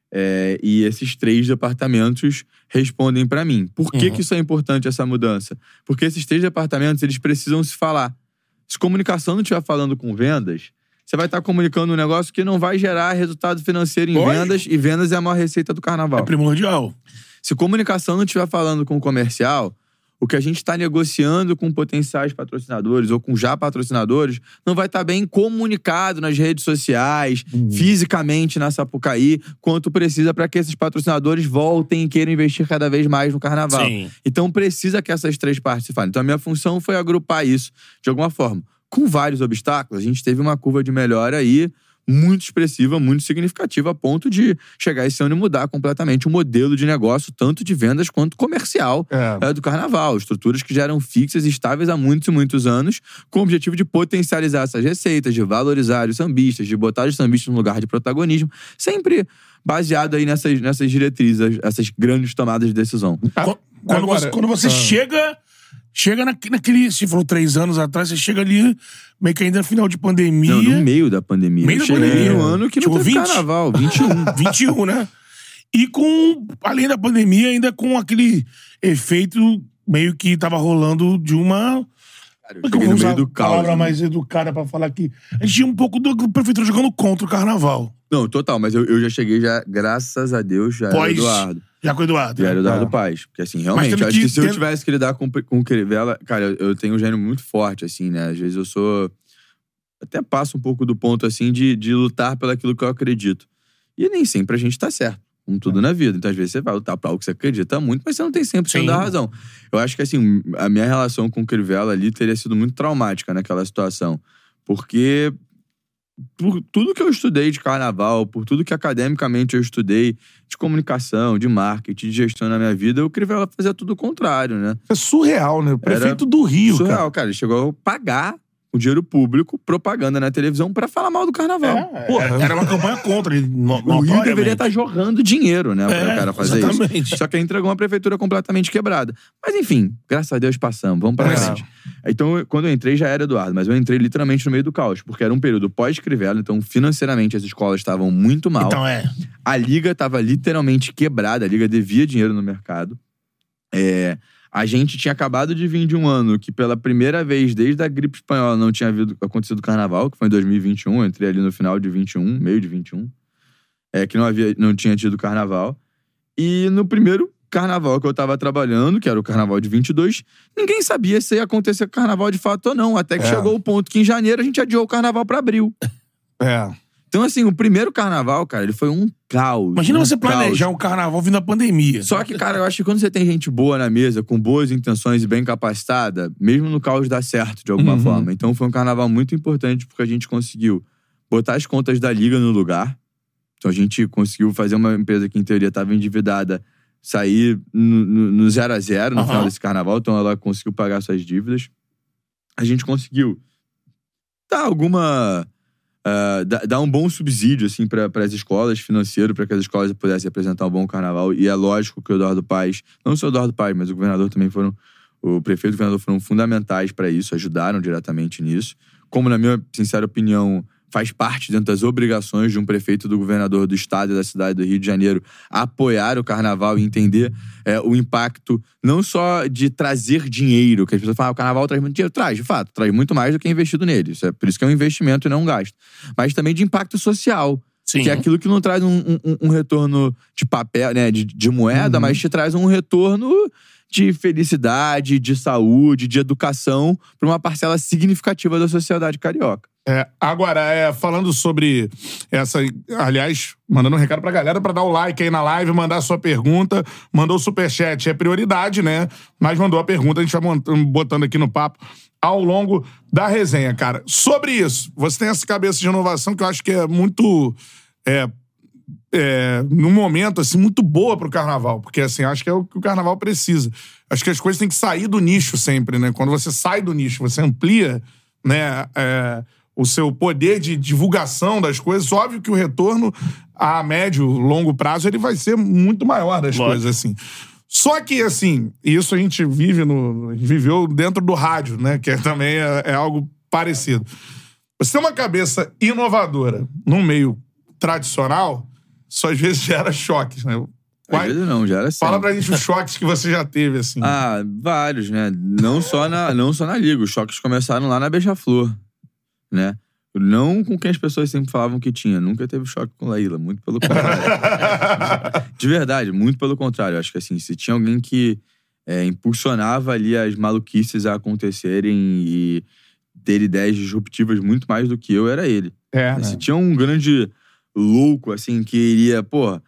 E esses três departamentos respondem para mim. Por que que isso é importante, essa mudança? Porque esses três departamentos, eles precisam se falar. Se comunicação não estiver falando com vendas, você vai estar comunicando um negócio que não vai gerar resultado financeiro em vendas, e vendas é a maior receita do carnaval. É primordial. Se comunicação não estiver falando com o comercial, o que a gente está negociando com potenciais patrocinadores ou com já patrocinadores não vai estar bem comunicado nas redes sociais, fisicamente na Sapucaí, quanto precisa para que esses patrocinadores voltem e queiram investir cada vez mais no carnaval. Sim. Então precisa que essas três partes se falem. Então a minha função foi agrupar isso de alguma forma. Com vários obstáculos, a gente teve uma curva de melhora aí muito expressiva, muito significativa, a ponto de chegar esse ano e mudar completamente o modelo de negócio, tanto de vendas quanto comercial do carnaval. Estruturas que já eram fixas e estáveis há muitos e muitos anos, com o objetivo de potencializar essas receitas, de valorizar os sambistas, de botar os sambistas no lugar de protagonismo, sempre baseado aí nessas diretrizes, essas grandes tomadas de decisão. Quando você chega naquele... Você falou 3 anos atrás, você chega ali meio que ainda no final de pandemia. Não, no meio da pandemia. Meio da pandemia. No ano que não teve carnaval, 21. 21, né? E além da pandemia, ainda com aquele efeito meio que tava rolando de uma... Cara, eu cheguei no meio do caos. Palavra mais educada pra falar que a gente tinha um pouco do prefeitura jogando contra o carnaval. Não, total, mas eu já cheguei, graças a Deus, já era Eduardo. Já com o Eduardo. Já era o Eduardo Paes. Porque, assim, realmente, acho que se eu tivesse que lidar com o Crivella... Cara, eu tenho um gênio muito forte, assim, né? Às vezes eu sou... Até passo um pouco do ponto, assim, de lutar pelo aquilo que eu acredito. E nem sempre a gente tá certo, como tudo na vida. Então, às vezes, você vai lutar pra algo que você acredita muito, mas você não tem 100% da razão. Eu acho que, assim, a minha relação com o Crivella ali teria sido muito traumática naquela situação. Porque... por tudo que eu estudei de carnaval, por tudo que academicamente eu estudei de comunicação, de marketing, de gestão na minha vida, o Crivella fazia tudo o contrário, né? É surreal, né? O prefeito do Rio, surreal, cara. Ele chegou a pagar o dinheiro público, propaganda na televisão, pra falar mal do carnaval. Era uma campanha contra ele. O Rio deveria estar jorrando dinheiro, né? Pra o cara fazer isso. Só que ele entregou uma prefeitura completamente quebrada. Mas enfim, graças a Deus passamos. Vamos pra frente. Então, quando eu entrei, já era Eduardo. Mas eu entrei literalmente no meio do caos. Porque era um período pós-Crivella. Então, financeiramente, as escolas estavam muito mal. Então, A Liga estava literalmente quebrada. A Liga devia dinheiro no mercado. A gente tinha acabado de vir de um ano que, pela primeira vez desde a gripe espanhola, não tinha acontecido carnaval, que foi em 2021. Eu entrei ali no final de 21, meio de 21. Que não tinha tido carnaval. E no primeiro carnaval que eu tava trabalhando, que era o carnaval de 22, ninguém sabia se ia acontecer carnaval de fato ou não. Até que chegou o ponto que em janeiro a gente adiou o carnaval pra abril. Então, assim, o primeiro carnaval, cara, ele foi um caos. Imagina você planejar um carnaval vindo da pandemia. Só que, cara, eu acho que quando você tem gente boa na mesa, com boas intenções e bem capacitada, mesmo no caos dá certo, de alguma forma. Então, foi um carnaval muito importante, porque a gente conseguiu botar as contas da Liga no lugar. Então, a gente conseguiu fazer uma empresa que, em teoria, estava endividada, sair no 0 a 0 no final desse carnaval. Então, ela conseguiu pagar suas dívidas. A gente conseguiu dar alguma dar um bom subsídio, assim, para as escolas, financeiro, para que as escolas pudessem apresentar um bom carnaval. E é lógico que o Eduardo Paes, não só o Eduardo Paes, mas o governador também o prefeito e o governador foram fundamentais para isso, ajudaram diretamente nisso. Como, na minha sincera opinião, faz parte dentro das obrigações de um prefeito, do governador do estado e da cidade do Rio de Janeiro apoiar o carnaval e entender o impacto não só de trazer dinheiro, que as pessoas falam, o carnaval traz muito dinheiro. Traz, de fato, traz muito mais do que é investido nele. Por isso que é um investimento e não um gasto. Mas também de impacto social. Sim. Que é aquilo que não traz um retorno de papel, né, de moeda, mas te traz um retorno de felicidade, de saúde, de educação para uma parcela significativa da sociedade carioca. Agora, falando sobre essa... Aliás, mandando um recado pra galera pra dar o like aí na live, mandar a sua pergunta. Mandou o superchat, é prioridade, né? Mas mandou a pergunta, a gente vai botando aqui no papo ao longo da resenha, cara. Sobre isso, você tem essa cabeça de inovação que eu acho que é muito... num momento, assim, muito boa pro carnaval. Porque, assim, acho que é o que o carnaval precisa. Acho que as coisas têm que sair do nicho sempre, né? Quando você sai do nicho, você amplia, né, o seu poder de divulgação das coisas. Óbvio que o retorno a médio, longo prazo, ele vai ser muito maior das coisas, assim. Só que, assim, isso a gente viveu dentro do rádio, né? Que também é algo parecido. Você tem uma cabeça inovadora num meio tradicional, só às vezes gera choques, né? Às vezes não, gera sim. Fala pra gente os choques que você já teve, assim. Vários, né? Não só na Liga. Os choques começaram lá na Beija-Flor, né? Não com quem as pessoas sempre falavam que tinha. Nunca teve choque com Laíla, muito pelo contrário. De verdade, muito pelo contrário. Acho que, assim, se tinha alguém que impulsionava ali as maluquices a acontecerem e ter ideias disruptivas muito mais do que eu, era ele. Né? Se tinha um grande louco, assim, que iria,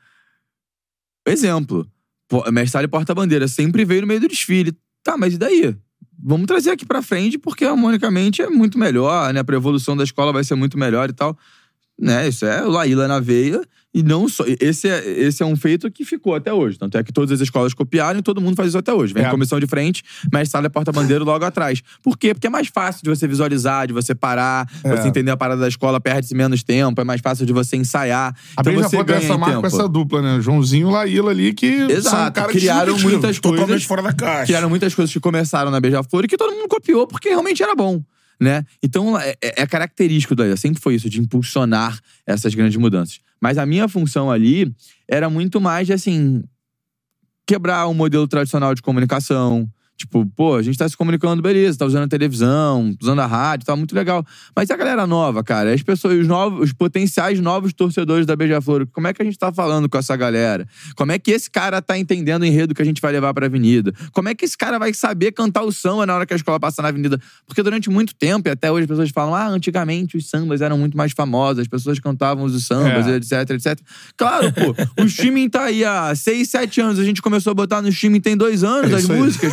exemplo, mestre porta-bandeira sempre veio no meio do desfile. Tá, mas e daí? Vamos trazer aqui pra frente, porque harmonicamente é muito melhor, né? Pra evolução da escola vai ser muito melhor e tal. Né? Isso é o Laíla na veia. E não só... Esse é um feito que ficou até hoje. Tanto é que todas as escolas copiaram e todo mundo faz isso até hoje. Vem a comissão de frente, mestre sala e porta-bandeira logo atrás. Por quê? Porque é mais fácil de você visualizar, de você parar, você entender a parada da escola, perde-se menos tempo, é mais fácil de você ensaiar. A então você ganha essa marca com essa dupla, né? Joãozinho e Laíla ali, que exato, são caras criaram muitas coisas totalmente fora da caixa. Criaram muitas coisas que começaram na Beija-Flor e que todo mundo copiou porque realmente era bom. Né? Então, é característico do Laíla. Sempre foi isso, de impulsionar essas grandes mudanças. Mas a minha função ali era muito mais de, assim, quebrar um modelo tradicional de comunicação. Tipo, a gente tá se comunicando, beleza, tá usando a televisão, usando a rádio, tá muito legal. Mas a galera nova, cara, as pessoas, os potenciais novos torcedores da Beija-Flor, como é que a gente tá falando com essa galera? Como é que esse cara tá entendendo o enredo que a gente vai levar pra avenida? Como é que esse cara vai saber cantar o samba na hora que a escola passa na avenida? Porque durante muito tempo, e até hoje as pessoas falam, antigamente os sambas eram muito mais famosos, as pessoas cantavam os sambas, etc, etc. Claro, o streaming tá aí há 6, 7 anos, a gente começou a botar no streaming tem 2 anos as músicas,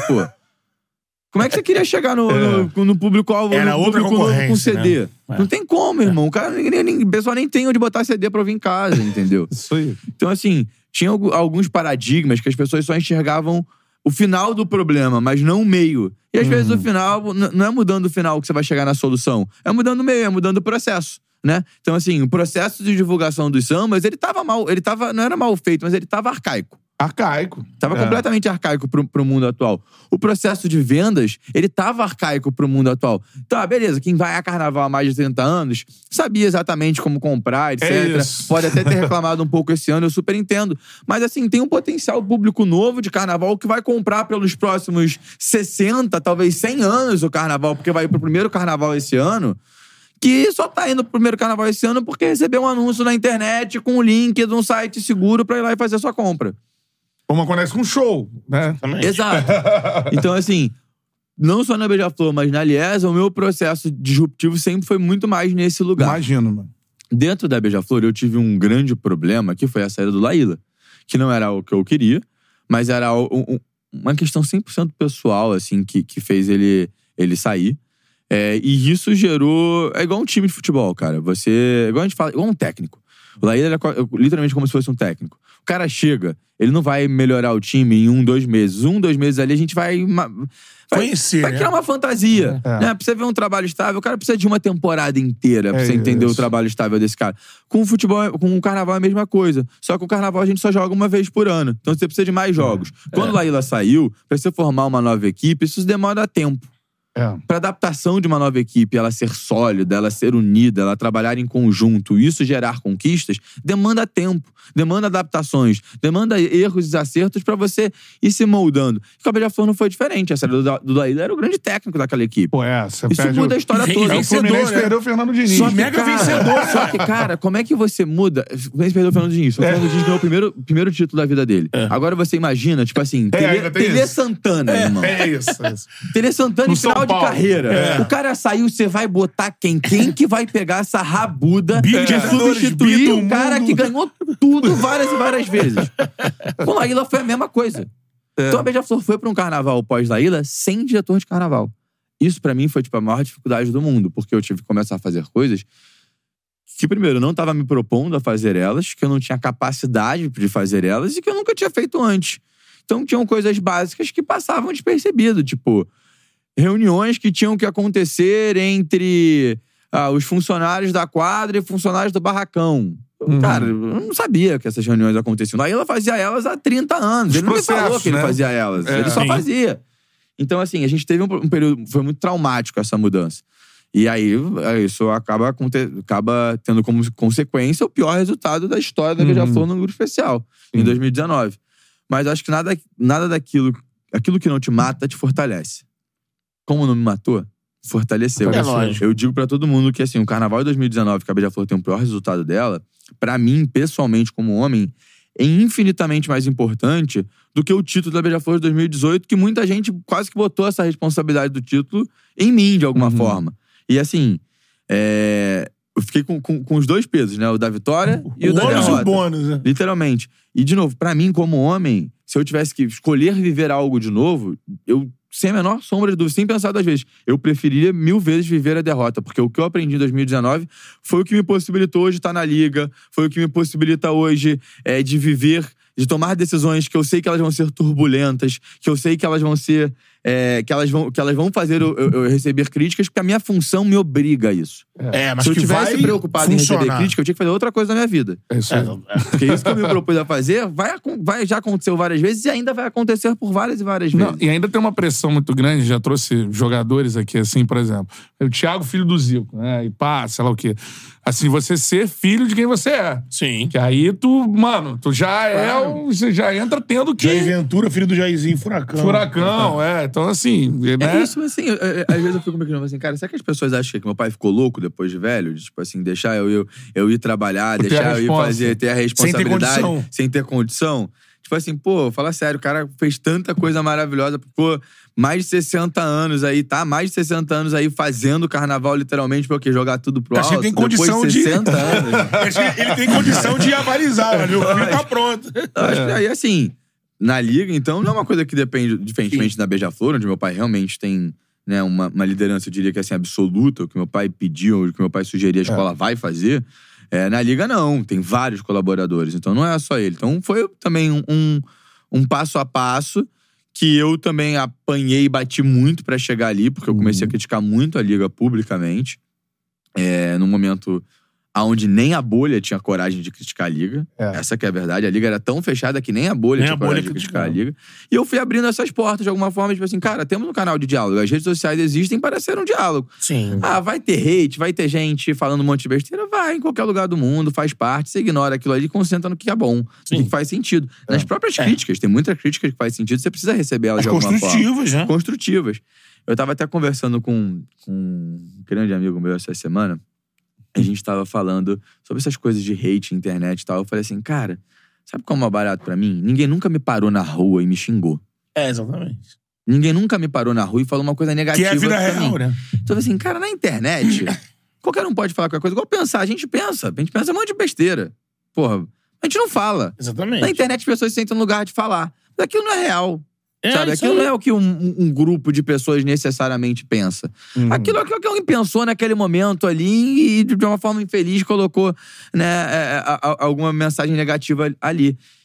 Como é que você queria chegar no público-alvo, no outra público novo com CD? Né? Não tem como, irmão. O cara, o pessoal nem tem onde botar CD pra ouvir em casa, entendeu? Isso aí. Então, assim, tinha alguns paradigmas que as pessoas só enxergavam o final do problema, mas não o meio. E às vezes o final, não é mudando o final que você vai chegar na solução. É mudando o meio, é mudando o processo, né? Então, assim, o processo de divulgação dos sambas, ele tava mal, não era mal feito, mas ele tava arcaico. Tava completamente arcaico pro mundo atual. O processo de vendas, ele tava arcaico pro mundo atual. Então, beleza, quem vai a carnaval há mais de 30 anos sabia exatamente como comprar, etc. Pode até ter reclamado um pouco esse ano, eu super entendo. Mas, assim, tem um potencial público novo de carnaval que vai comprar pelos próximos 60, talvez 100 anos o carnaval, porque vai pro primeiro carnaval esse ano, que só tá indo pro primeiro carnaval esse ano porque recebeu um anúncio na internet com um link de um site seguro pra ir lá e fazer a sua compra. Como acontece com show, né? Exato. Então, assim, não só na Beija-Flor, mas na Liesa, o meu processo disruptivo sempre foi muito mais nesse lugar. Imagino, mano. Dentro da Beija-Flor, eu tive um grande problema, que foi a saída do Laíla. Que não era o que eu queria, mas era uma questão 100% pessoal, assim, que fez ele sair. E isso gerou... É igual um time de futebol, cara. Igual a gente fala, igual um técnico. O Laíla era literalmente como se fosse um técnico. cara chega, ele não vai melhorar o time em 1, 2 meses. 1, 2 meses ali a gente vai conhecer, vai criar uma fantasia. Né? Pra você ver um trabalho estável, o cara precisa de uma temporada inteira pra você entender o trabalho estável desse cara. Com o futebol, com o carnaval é a mesma coisa. Só que o carnaval a gente só joga uma vez por ano. Então você precisa de mais jogos. Quando o Laíla saiu, pra você formar uma nova equipe, isso demora tempo. Pra adaptação de uma nova equipe, ela ser sólida, ela ser unida, ela trabalhar em conjunto, isso gerar conquistas, demanda tempo, demanda adaptações, demanda erros e acertos pra você ir se moldando. E o Beija-Flor não foi diferente. A série do Laíla era o grande técnico daquela equipe. Você isso muda a história toda. O Fluminense perdeu o Fernando Diniz. Só mega vencedor. Só que, cara, como é que você muda... O Fluminense perdeu o Fernando Diniz. O Fernando Diniz ganhou o primeiro título da vida dele. Agora você imagina, tipo assim, Tele Santana, irmão. Isso. Tele Santana em final de carreira. O cara saiu, você vai botar quem? Quem que vai pegar essa rabuda de substituir o cara que ganhou tudo várias e várias vezes? Com o Laíla foi a mesma coisa. Então a Beija-Flor foi pra um carnaval pós-Laíla sem diretor de carnaval. Isso pra mim foi tipo a maior dificuldade do mundo, porque eu tive que começar a fazer coisas que, primeiro, eu não tava me propondo a fazer elas, que eu não tinha capacidade de fazer elas e que eu nunca tinha feito antes. Então tinham coisas básicas que passavam despercebido, tipo... reuniões que tinham que acontecer entre os funcionários da quadra e funcionários do barracão. Cara, eu não sabia que essas reuniões aconteciam. Aí ela fazia elas há 30 anos. Ele não me falou que ele fazia elas. Ele só fazia. Então, assim, a gente teve um período... Foi muito traumático essa mudança. E aí, isso acaba tendo como consequência o pior resultado da história da Beija-Flor no Grupo Especial, em 2019. Mas acho que nada daquilo... Aquilo que não te mata, te fortalece. Como não me matou, fortaleceu. Lógico. Eu digo pra todo mundo que, assim, o Carnaval de 2019, que a Beija-Flor tem o pior resultado dela, pra mim, pessoalmente, como homem, é infinitamente mais importante do que o título da Beija-Flor de 2018, que muita gente quase que botou essa responsabilidade do título em mim, de alguma forma. E, assim, eu fiquei com os dois pesos, né? O da vitória e o da derrota. O bônus, né? Literalmente. E, de novo, pra mim, como homem, se eu tivesse que escolher viver algo de novo, eu... sem a menor sombra de dúvida, sem pensar 2 vezes. Eu preferiria 1000 vezes viver a derrota, porque o que eu aprendi em 2019 foi o que me possibilitou hoje estar na Liga, foi o que me possibilita hoje de viver, de tomar decisões que eu sei que elas vão ser turbulentas, que eu sei que elas vão ser... que elas vão fazer eu receber críticas, porque a minha função me obriga a isso. Mas se eu que tivesse vai preocupado em receber crítica, eu tinha que fazer outra coisa na minha vida. Porque isso que eu me propus a fazer já aconteceu várias vezes e ainda vai acontecer por várias e várias vezes. Não, e ainda tem uma pressão muito grande, já trouxe jogadores aqui, assim, por exemplo. O Thiago, filho do Zico, né? E pá, sei lá o quê. Assim, você ser filho de quem você é. Sim. Que aí tu já você já entra tendo que... Jair Ventura, filho do Jairzinho, Furacão. Então, assim... Né? É isso, mas assim, às vezes eu fico me questionando assim, cara, será que as pessoas acham que meu pai ficou louco depois de velho? De, tipo assim, deixar eu ir trabalhar, deixar eu ir ter a responsabilidade sem ter condição? Tipo assim, pô, fala sério, o cara fez tanta coisa maravilhosa, pô, mais de 60 anos aí, mais de 60 anos aí fazendo carnaval literalmente, porque jogar tudo pro alto. Ele tem condição depois de 60 anos. Ele tem condição de avalizar, né? Meu filho tá pronto. Acho que aí, assim, na Liga, então, não é uma coisa que depende, diferentemente da Beija-Flor, onde meu pai realmente tem, né, uma liderança, eu diria que assim, absoluta, o que meu pai pediu, o que meu pai sugeria, a escola vai fazer. Na Liga, não. Tem vários colaboradores. Então, não é só ele. Então, foi também um passo a passo que eu também apanhei e bati muito pra chegar ali, porque eu comecei a criticar muito a Liga publicamente. Num momento onde nem a bolha tinha coragem de criticar a Liga. Essa que é a verdade. A Liga era tão fechada que nem a bolha tinha coragem de criticar a Liga. E eu fui abrindo essas portas de alguma forma, tipo assim, cara, temos um canal de diálogo. As redes sociais existem para ser um diálogo. Sim. Vai ter hate, vai ter gente falando um monte de besteira. Vai, em qualquer lugar do mundo, faz parte. Você ignora aquilo ali e concentra no que é bom. No que faz sentido. Nas próprias críticas. Tem muita crítica que faz sentido. Você precisa receber elas de alguma forma. Construtivas, né? Construtivas. Eu tava até conversando com um grande amigo meu essa semana. A gente tava falando sobre essas coisas de hate, internet e tal. Eu falei assim, cara, sabe como é barato pra mim? Ninguém nunca me parou na rua e me xingou. Exatamente. Ninguém nunca me parou na rua e falou uma coisa negativa. Que é a vida real, né? Então eu falei assim, cara, na internet, qualquer um pode falar qualquer coisa. Igual pensar, a gente pensa um monte de besteira. Porra, a gente não fala. Exatamente. Na internet as pessoas se sentem no lugar de falar. Mas aquilo não é real. Sabe? Aquilo não é o que um grupo de pessoas necessariamente pensa. Aquilo é o que alguém pensou naquele momento ali e de uma forma infeliz colocou, né, alguma mensagem negativa ali.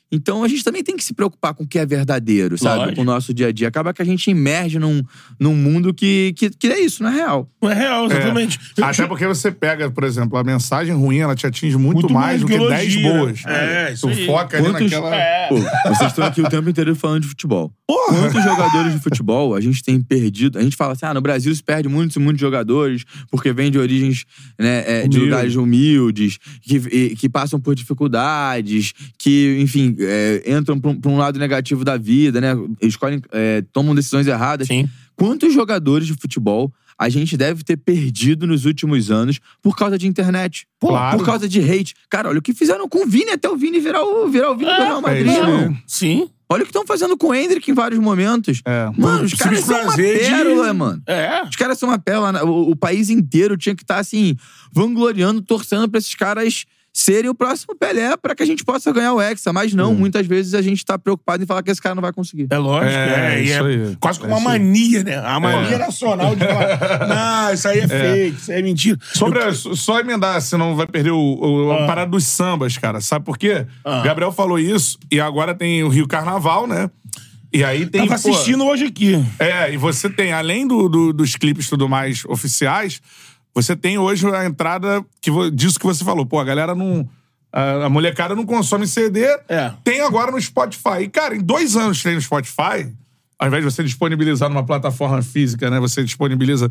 Então a gente também tem que se preocupar com o que é verdadeiro, sabe? Lógico. Com o nosso dia a dia. Acaba que a gente emerge num mundo que é isso, não é real. Não é real, exatamente. Até porque você pega, por exemplo, a mensagem ruim, ela te atinge muito mais do que 10 boas. Isso Tu aí. foca ali naquela... Pô, vocês estão aqui o tempo inteiro falando de futebol. Quantos jogadores de futebol a gente tem perdido? A gente fala assim, no Brasil se perde muitos jogadores porque vem de origens, né, de lugares humildes, que passam por dificuldades, que, enfim, entram pra um lado negativo da vida, né? Escolhem, tomam decisões erradas. Sim. Quantos jogadores de futebol a gente deve ter perdido nos últimos anos por causa de internet? Claro. Por causa de hate. Cara, olha o que fizeram com o Vini, até o Vini virar o Vini do Real Madrid. isso aí. Irmão. Sim. Olha o que estão fazendo com o Hendrick em vários momentos. Mano, os caras são uma pérola, mano. Os caras são uma pérola. O país inteiro tinha que estar, assim, vangloriando, torcendo pra esses caras serem o próximo Pelé pra que a gente possa ganhar o Hexa. Mas não, muitas vezes a gente tá preocupado em falar que esse cara não vai conseguir. É lógico. Isso aí. Quase como uma mania, né? A mania nacional de falar, não, isso aí é fake, isso aí é mentira. Só emendar, senão vai perder a parada dos sambas, cara. Sabe por quê? Gabriel falou isso, e agora tem o Rio Carnaval, né? E aí tem... Tava assistindo hoje aqui. E você tem, além dos clipes e tudo mais oficiais, você tem hoje a entrada disso que você falou. Pô, a galera não... A molecada não consome CD. Tem agora no Spotify. E, cara, em 2 anos que tem no Spotify, ao invés de você disponibilizar numa plataforma física, né? Você disponibiliza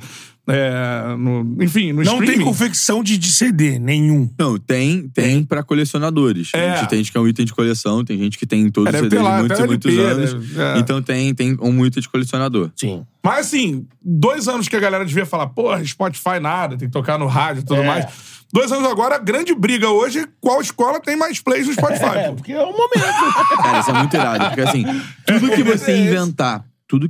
no streaming. Não tem confecção de CD nenhum. Não, tem pra colecionadores. A gente tem que é um item de coleção, tem gente que tem todos os CDs de muitos anos. Então tem um item de colecionador. Sim. Mas assim, 2 anos que a galera devia falar, porra, Spotify nada, tem que tocar no rádio e tudo mais. 2 anos agora, a grande briga hoje é qual escola tem mais plays no Spotify. Porque é o momento. Cara, isso é muito irado. Porque assim, tudo que você inventar,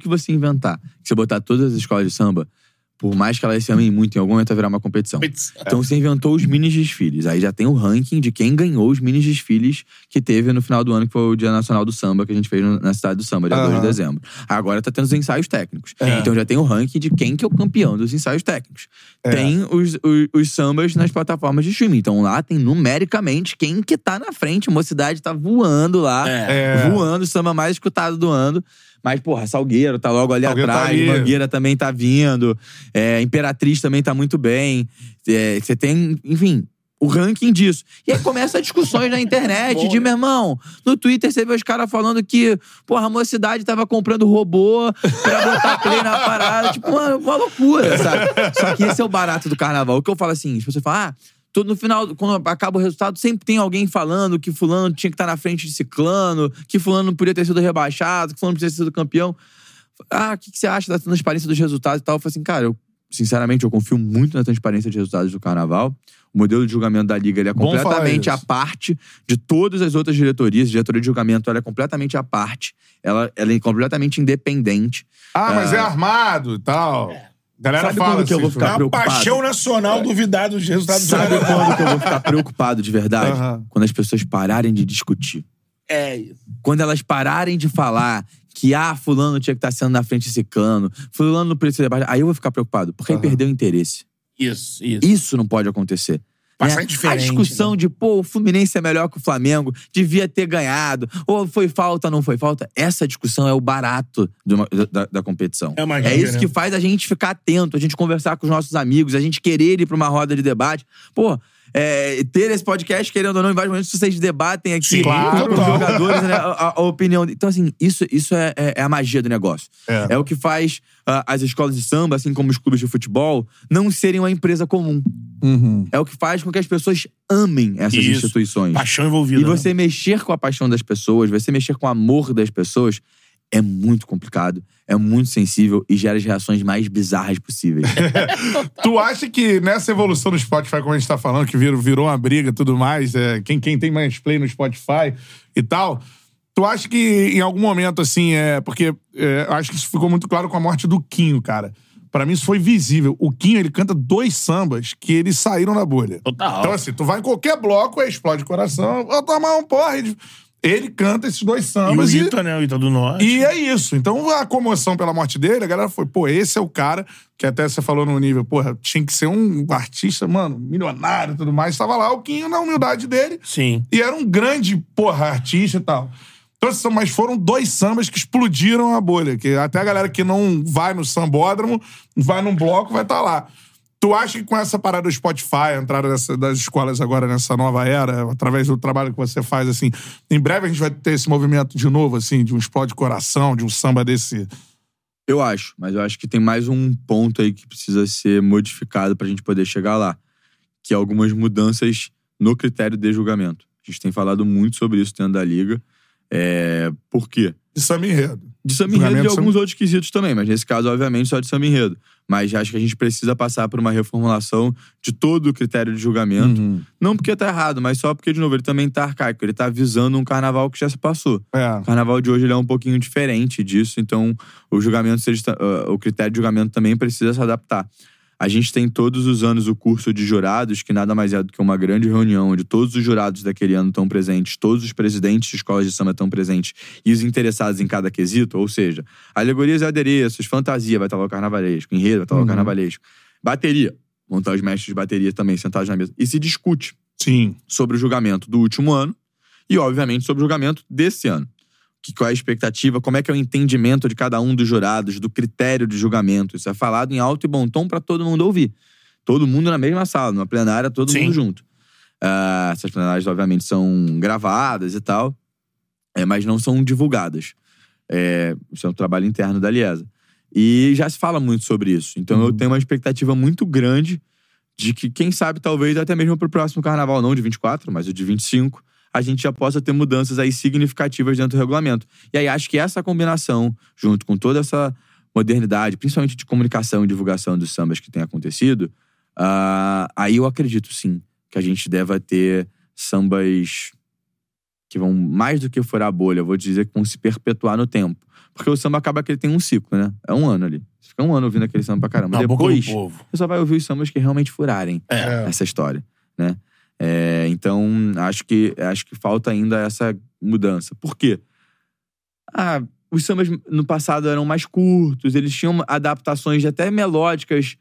que você botar todas as escolas de samba, por mais que elas se amem muito, em algum momento vai virar uma competição. Então você inventou os mini desfiles. Aí já tem o ranking de quem ganhou os mini desfiles que teve no final do ano, que foi o Dia Nacional do Samba, que a gente fez na Cidade do Samba, dia 2 de dezembro. Agora tá tendo os ensaios técnicos. Então já tem o ranking de quem que é o campeão dos ensaios técnicos. Tem os sambas nas plataformas de streaming. Então lá tem numericamente quem que tá na frente. A Mocidade tá voando lá. Voando, o samba mais escutado do ano. Mas, porra, Salgueiro tá logo ali atrás, Mangueira também tá vindo, Imperatriz também tá muito bem. Você tem, enfim, o ranking disso. E aí começa discussões na internet de, meu irmão, no Twitter você vê os caras falando que, porra, a Mocidade tava comprando robô pra botar play na parada. Tipo, uma loucura, sabe? Só que esse é o barato do carnaval. O que eu falo assim, as pessoas falam, no final, quando acaba o resultado, sempre tem alguém falando que fulano tinha que estar na frente de ciclano, que fulano não podia ter sido rebaixado, que fulano não podia ter sido campeão. O que você acha da transparência dos resultados e tal? Eu falei assim, cara, sinceramente, eu confio muito na transparência de resultados do carnaval. O modelo de julgamento da Liga ele é completamente à parte de todas as outras diretorias. A diretoria de julgamento ela é completamente à parte. Ela é completamente independente. Mas é armado e tal. Galera Sabe fala quando que eu vou ficar preocupado? A paixão nacional duvidar dos resultados do Sabe quando que eu vou ficar preocupado de verdade? Quando as pessoas pararem de discutir. Isso. Quando elas pararem de falar que, fulano tinha que estar sendo na frente de ciclano, fulano não precisa debate, aí eu vou ficar preocupado, porque aí perdeu o interesse. Isso. Isso não pode acontecer. Passar diferente. A discussão de, o Fluminense é melhor que o Flamengo, devia ter ganhado, ou foi falta, não foi falta. Essa discussão é o barato da competição. É isso que faz a gente ficar atento, a gente conversar com os nossos amigos, a gente querer ir pra uma roda de debate. Ter esse podcast, querendo ou não, em vários momentos vocês debatem aqui com os jogadores, né, a opinião. Então, assim, isso é a magia do negócio. É o que faz as escolas de samba, assim como os clubes de futebol, não serem uma empresa comum. É o que faz com que as pessoas amem essas instituições. Paixão envolvida. E você mexer com a paixão das pessoas, você mexer com o amor das pessoas, é muito complicado, é muito sensível e gera as reações mais bizarras possíveis. Tu acha que nessa evolução do Spotify, como a gente tá falando, que virou uma briga e tudo mais, quem tem mais play no Spotify e tal, tu acha que em algum momento, assim, porque eu acho que isso ficou muito claro com a morte do Quinho, cara. Pra mim isso foi visível. O Quinho, ele canta 2 sambas que eles saíram da bolha. Total. Então assim, tu vai em qualquer bloco, explode o coração, vou tomar um porre. Ele canta esses 2 E o sambas. Ita, né? O Ita do Norte. E é isso. Então, a comoção pela morte dele, a galera foi, pô, esse é o cara, que até você falou no nível, porra, tinha que ser um artista, mano, milionário e tudo mais. Tava lá o Quinho na humildade dele. Sim. E era um grande, porra, artista e tal. Então, mas foram 2 sambas que explodiram a bolha. Que até a galera que não vai no sambódromo, vai num bloco, vai estar lá. Tu acha que com essa parada do Spotify, a entrada das escolas agora nessa nova era, através do trabalho que você faz, assim, em breve a gente vai ter esse movimento de novo, assim, de um explode coração, de um samba desse... Eu acho, mas eu acho que tem mais um ponto aí que precisa ser modificado pra gente poder chegar lá, que é algumas mudanças no critério de julgamento. A gente tem falado muito sobre isso dentro da Liga. Por quê? De samba enredo. De samba enredo e de alguns outros quesitos também, mas nesse caso, obviamente, só de samba enredo. Mas acho que a gente precisa passar por uma reformulação de todo o critério de julgamento. Não porque tá errado, mas só porque, de novo, ele também tá arcaico. Ele tá visando um carnaval que já se passou. O carnaval de hoje ele é um pouquinho diferente disso, então o critério de julgamento também precisa se adaptar. A gente tem todos os anos o curso de jurados, que nada mais é do que uma grande reunião onde todos os jurados daquele ano estão presentes, todos os presidentes de escolas de samba estão presentes e os interessados em cada quesito, ou seja, alegorias e adereços, fantasia, vai estar lá o carnavalesco, enredo, vai estar lá o carnavalesco, bateria, vão estar os mestres de bateria também sentados na mesa, e se discute sobre o julgamento do último ano e, obviamente, sobre o julgamento desse ano. Qual é a expectativa, como é que é o entendimento de cada um dos jurados, do critério de julgamento. Isso é falado em alto e bom tom pra todo mundo ouvir. Todo mundo na mesma sala, numa plenária, todo mundo junto. Essas plenárias, obviamente, são gravadas e tal, mas não são divulgadas. Isso é um trabalho interno da Liesa. E já se fala muito sobre isso. Então eu tenho uma expectativa muito grande de que, quem sabe, talvez até mesmo pro próximo carnaval, não de 24, mas o de 25, a gente já possa ter mudanças aí significativas dentro do regulamento. E aí acho que essa combinação, junto com toda essa modernidade, principalmente de comunicação e divulgação dos sambas que tem acontecido, aí eu acredito sim que a gente deva ter sambas que vão mais do que furar a bolha, eu vou dizer que vão se perpetuar no tempo. Porque o samba acaba que ele tem um ciclo, né? É um ano ali. Você fica um ano ouvindo aquele samba pra caramba. Depois, você só vai ouvir os sambas que realmente furarem essa história, né? Então, acho que falta ainda essa mudança. Por quê? Os sambas no passado eram mais curtos, eles tinham adaptações até melódicas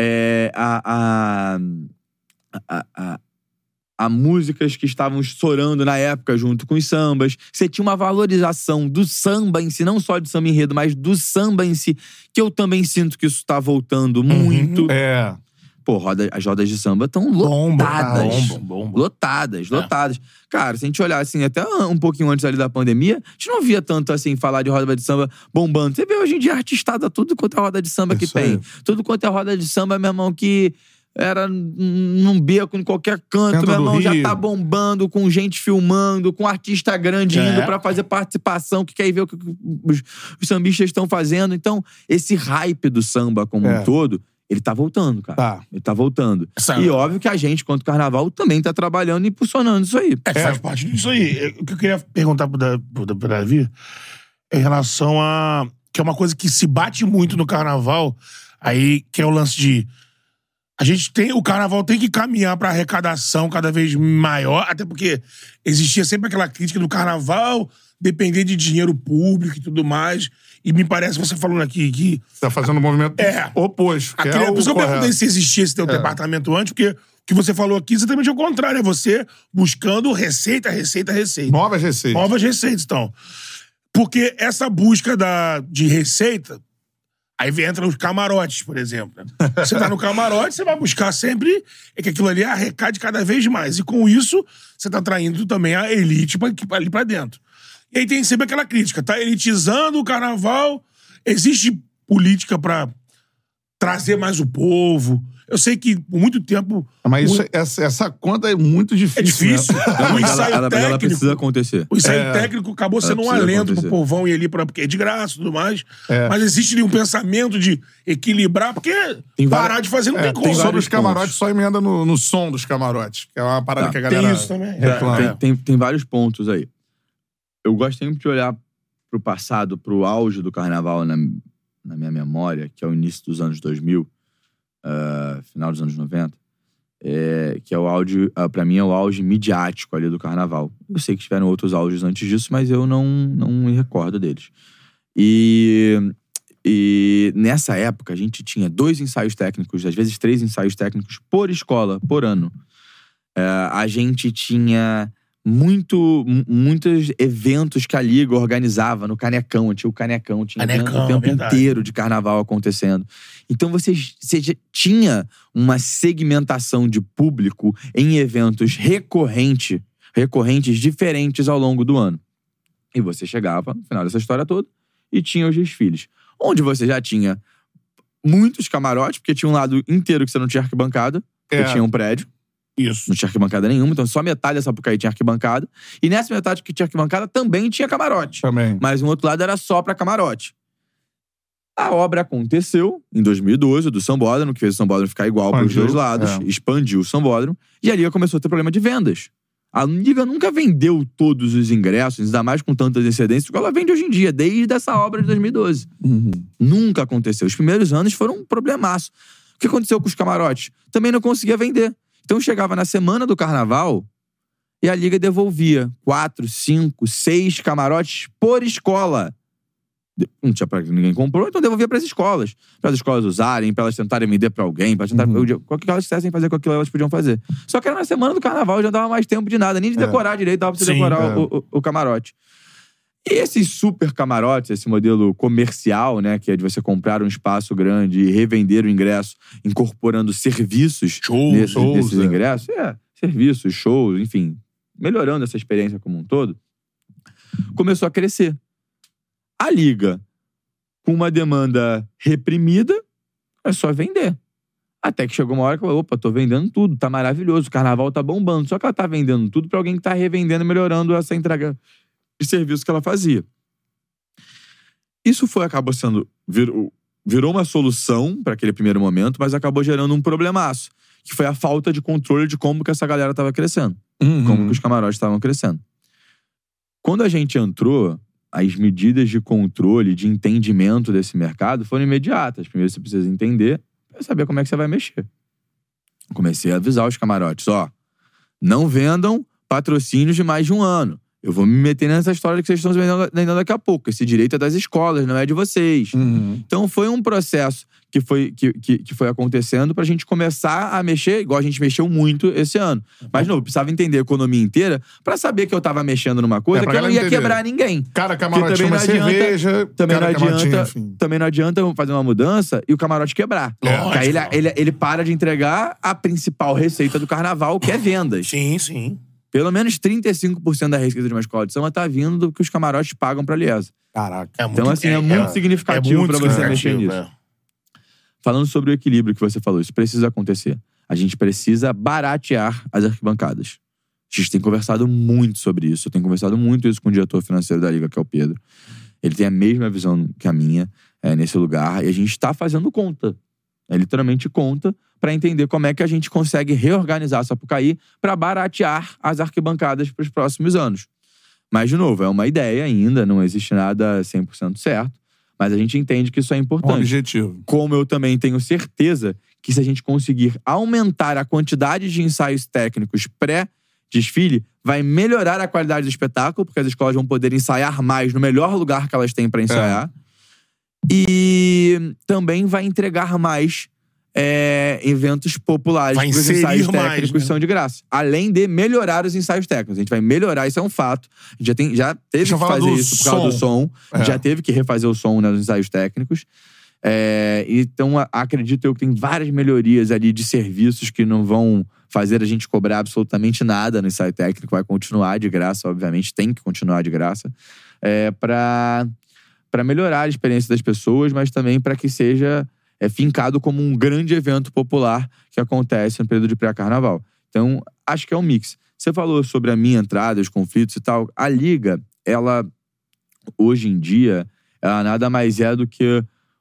a músicas que estavam estourando na época junto com os sambas. Você tinha uma valorização do samba em si, não só de samba enredo, mas do samba em si, que eu também sinto que isso tá voltando muito. Pô, as rodas de samba estão lotadas. Lotadas. Cara, se a gente olhar assim, até um pouquinho antes ali da pandemia, a gente não via tanto assim, falar de roda de samba bombando. Você vê hoje em dia artistada tudo quanto é roda de samba que tem. Tudo quanto é roda de samba, meu irmão, que era num beco, em qualquer canto, meu irmão, já tá bombando, com gente filmando, com artista grande indo pra fazer participação, que quer ir ver o que os sambistas estão fazendo. Então, esse hype do samba como um todo, ele tá voltando, cara. Ele tá voltando. E óbvio que a gente, quanto carnaval, também tá trabalhando e impulsionando isso aí. Faz parte disso aí. O que eu queria perguntar pro Davi é em relação a... que é uma coisa que se bate muito no carnaval, aí, que é o lance de... o carnaval tem que caminhar pra arrecadação cada vez maior, até porque existia sempre aquela crítica do carnaval depender de dinheiro público e tudo mais. E me parece, você falando aqui que... Você tá fazendo um movimento oposto. Por isso eu perguntei se existia esse teu departamento antes, porque o que você falou aqui exatamente é o contrário. É você buscando receita. Novas receitas. Então. Porque essa busca de receita... Aí entra os camarotes, por exemplo. Você tá no camarote, você vai buscar sempre que aquilo ali arrecade cada vez mais. E com isso, você tá traindo também a elite ali pra dentro. E aí tem sempre aquela crítica. Tá elitizando o carnaval. Existe política pra trazer mais o povo. Eu sei que por muito tempo... Mas essa conta é muito difícil. É difícil. Né? O ensaio técnico... Ela precisa acontecer. O ensaio técnico acabou sendo um alento pro povão ir ali, porque é de graça e tudo mais. Mas existe ali um pensamento de equilibrar, porque parar de fazer não tem como. Sobre os camarotes, só emenda no som dos camarotes, que é uma parada que a galera... Tem isso também. Tem vários pontos aí. Eu gosto sempre de olhar pro passado, pro auge do carnaval na minha memória, que é o início dos anos 2000, final dos anos 90, que é o auge, pra mim é o auge midiático ali do carnaval. Eu sei que tiveram outros auges antes disso, mas eu não me recordo deles. E nessa época a gente tinha 2 ensaios técnicos, às vezes 3 ensaios técnicos por escola, por ano. A gente tinha muitos eventos que a Liga organizava no Canecão. Tinha o Canecão, tinha o tempo inteiro de carnaval acontecendo. Então você tinha uma segmentação de público em eventos recorrentes diferentes ao longo do ano. E você chegava no final dessa história toda e tinha os desfiles. Onde você já tinha muitos camarotes, porque tinha um lado inteiro que você não tinha arquibancada, porque tinha um prédio. Isso. Não tinha arquibancada nenhuma, então só metade da Sapucaí tinha arquibancada. E nessa metade que tinha arquibancada também tinha camarote. Também. Mas um outro lado era só pra camarote. A obra aconteceu em 2012, do Sambódromo, que fez o Sambódromo ficar igual pros dois lados. Expandiu o Sambódromo. E a Liga começou a ter problema de vendas. A Liga nunca vendeu todos os ingressos, ainda mais com tantas excedências, que ela vende hoje em dia, desde essa obra de 2012. Nunca aconteceu. Os primeiros anos foram um problemaço. O que aconteceu com os camarotes? Também não conseguia vender. Então chegava na semana do carnaval e a Liga devolvia 4, 5, 6 camarotes por escola. Não tinha pra ninguém comprou, então devolvia pras escolas. Para as escolas usarem, para elas tentarem vender pra alguém, para tentar qualquer que elas quisessem fazer com aquilo, elas podiam fazer. Só que era na semana do carnaval, já não dava mais tempo de nada, nem de decorar direito, dava pra você decorar o camarote. E esses super camarotes, esse modelo comercial, né, que é de você comprar um espaço grande e revender o ingresso, incorporando serviços nesses ingressos. Serviços, shows, enfim, melhorando essa experiência como um todo, começou a crescer. A Liga, com uma demanda reprimida, é só vender. Até que chegou uma hora que falou, opa, tô vendendo tudo, tá maravilhoso, o carnaval tá bombando. Só que ela tá vendendo tudo pra alguém que tá revendendo e melhorando essa entrega de serviço que ela fazia. Isso acabou sendo... Virou uma solução para aquele primeiro momento, mas acabou gerando um problemaço, que foi a falta de controle de como que essa galera tava crescendo. Como que os camarotes estavam crescendo. Quando a gente entrou, as medidas de controle, de entendimento desse mercado foram imediatas. Primeiro você precisa entender para saber como é que você vai mexer. Comecei a avisar os camarotes, não vendam patrocínios de mais de um ano. Eu vou me meter nessa história que vocês estão vendendo daqui a pouco. Esse direito é das escolas, não é de vocês. Então foi um processo que foi acontecendo pra gente começar a mexer, igual a gente mexeu muito esse ano. Mas, não, eu precisava entender a economia inteira pra saber que eu tava mexendo numa coisa que eu não ia quebrar ninguém. Cada camarote tinha uma cerveja. Também não adianta fazer uma mudança e o camarote quebrar. Porque aí ele para de entregar a principal receita do carnaval, que é vendas. Sim. Pelo menos 35% da receita de uma escola de samba tá vindo do que os camarotes pagam pra Liesa. Caraca. Então, assim, é muito significativo pra você mexer nisso. Falando sobre o equilíbrio que você falou, isso precisa acontecer. A gente precisa baratear as arquibancadas. A gente tem conversado muito sobre isso. Eu tenho conversado muito isso com o diretor financeiro da Liga, que é o Pedro. Ele tem a mesma visão que a minha nesse lugar. E a gente tá fazendo conta. Literalmente conta para entender como é que a gente consegue reorganizar a Sapucaí para baratear as arquibancadas para os próximos anos. Mas, de novo, é uma ideia ainda, não existe nada 100% certo, mas a gente entende que isso é importante. Um objetivo. Como eu também tenho certeza que se a gente conseguir aumentar a quantidade de ensaios técnicos pré-desfile, vai melhorar a qualidade do espetáculo, porque as escolas vão poder ensaiar mais no melhor lugar que elas têm para ensaiar. E também vai entregar mais eventos populares, porque os ensaios técnicos são de graça. Além de melhorar os ensaios técnicos. A gente vai melhorar, isso é um fato. A gente já teve que fazer isso por causa do som. A gente já teve que refazer o som nos ensaios técnicos. Então, acredito eu que tem várias melhorias ali de serviços que não vão fazer a gente cobrar absolutamente nada no ensaio técnico. Vai continuar de graça, obviamente. Tem que continuar de graça. Para melhorar a experiência das pessoas, mas também para que seja fincado como um grande evento popular que acontece no período de pré-carnaval. Então, acho que é um mix. Você falou sobre a minha entrada, os conflitos e tal. A Liga, ela, hoje em dia, ela nada mais é do que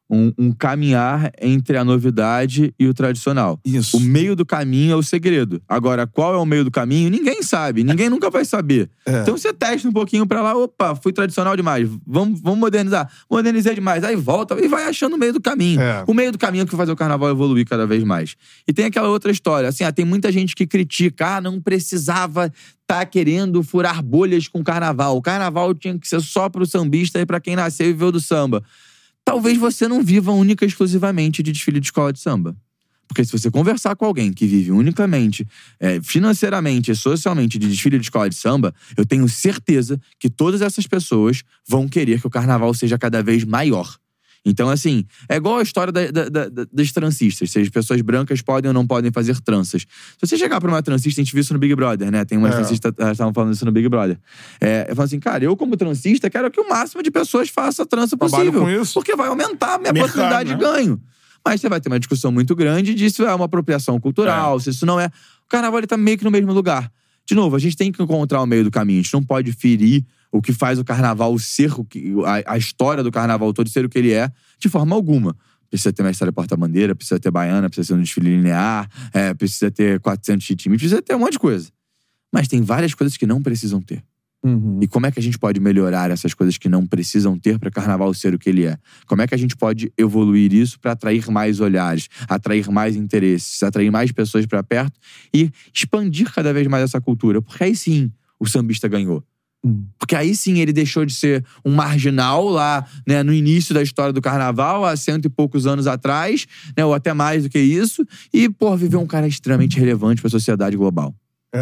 um caminhar entre a novidade e o tradicional. Isso. O meio do caminho é o segredo. Agora, qual é o meio do caminho? Ninguém sabe. Ninguém nunca vai saber. Então você testa um pouquinho pra lá. Opa, fui tradicional demais. Vamos modernizar. Modernizei demais. Aí volta e vai achando o meio do caminho. O meio do caminho que vai fazer o carnaval evoluir cada vez mais. E tem aquela outra história. Assim, tem muita gente que critica. Não precisava tá querendo furar bolhas com o carnaval. O carnaval tinha que ser só pro sambista e pra quem nasceu e viveu do samba. Talvez você não viva única e exclusivamente de desfile de escola de samba. Porque se você conversar com alguém que vive unicamente, financeiramente e socialmente de desfile de escola de samba, eu tenho certeza que todas essas pessoas vão querer que o carnaval seja cada vez maior. Então, assim, é igual a história das trancistas. Se as pessoas brancas podem ou não podem fazer tranças. Se você chegar pra uma transista, a gente viu isso no Big Brother, né? Tem umas transistas que estavam falando isso no Big Brother. Eu falo assim, cara, eu como transista quero que o máximo de pessoas faça a trança possível. Com isso. Porque vai aumentar a minha possibilidade de ganho. Mas você vai ter uma discussão muito grande de se é uma apropriação cultural, se isso não é. O carnaval ele tá meio que no mesmo lugar. De novo, a gente tem que encontrar o meio do caminho. A gente não pode ferir o que faz o carnaval ser a história do carnaval todo ser o que ele é, de forma alguma. Precisa ter uma história porta-bandeira, precisa ter baiana, precisa ser um desfile linear, precisa ter 400 de time, precisa ter um monte de coisa. Mas tem várias coisas que não precisam ter. E como é que a gente pode melhorar essas coisas que não precisam ter para o carnaval ser o que ele é? Como é que a gente pode evoluir isso para atrair mais olhares, atrair mais interesses, atrair mais pessoas para perto e expandir cada vez mais essa cultura? Porque aí sim o sambista ganhou. Porque aí sim ele deixou de ser um marginal lá, né, no início da história do carnaval, há 100 e poucos anos atrás, né, ou até mais do que isso, e, viveu um cara extremamente relevante para a sociedade global.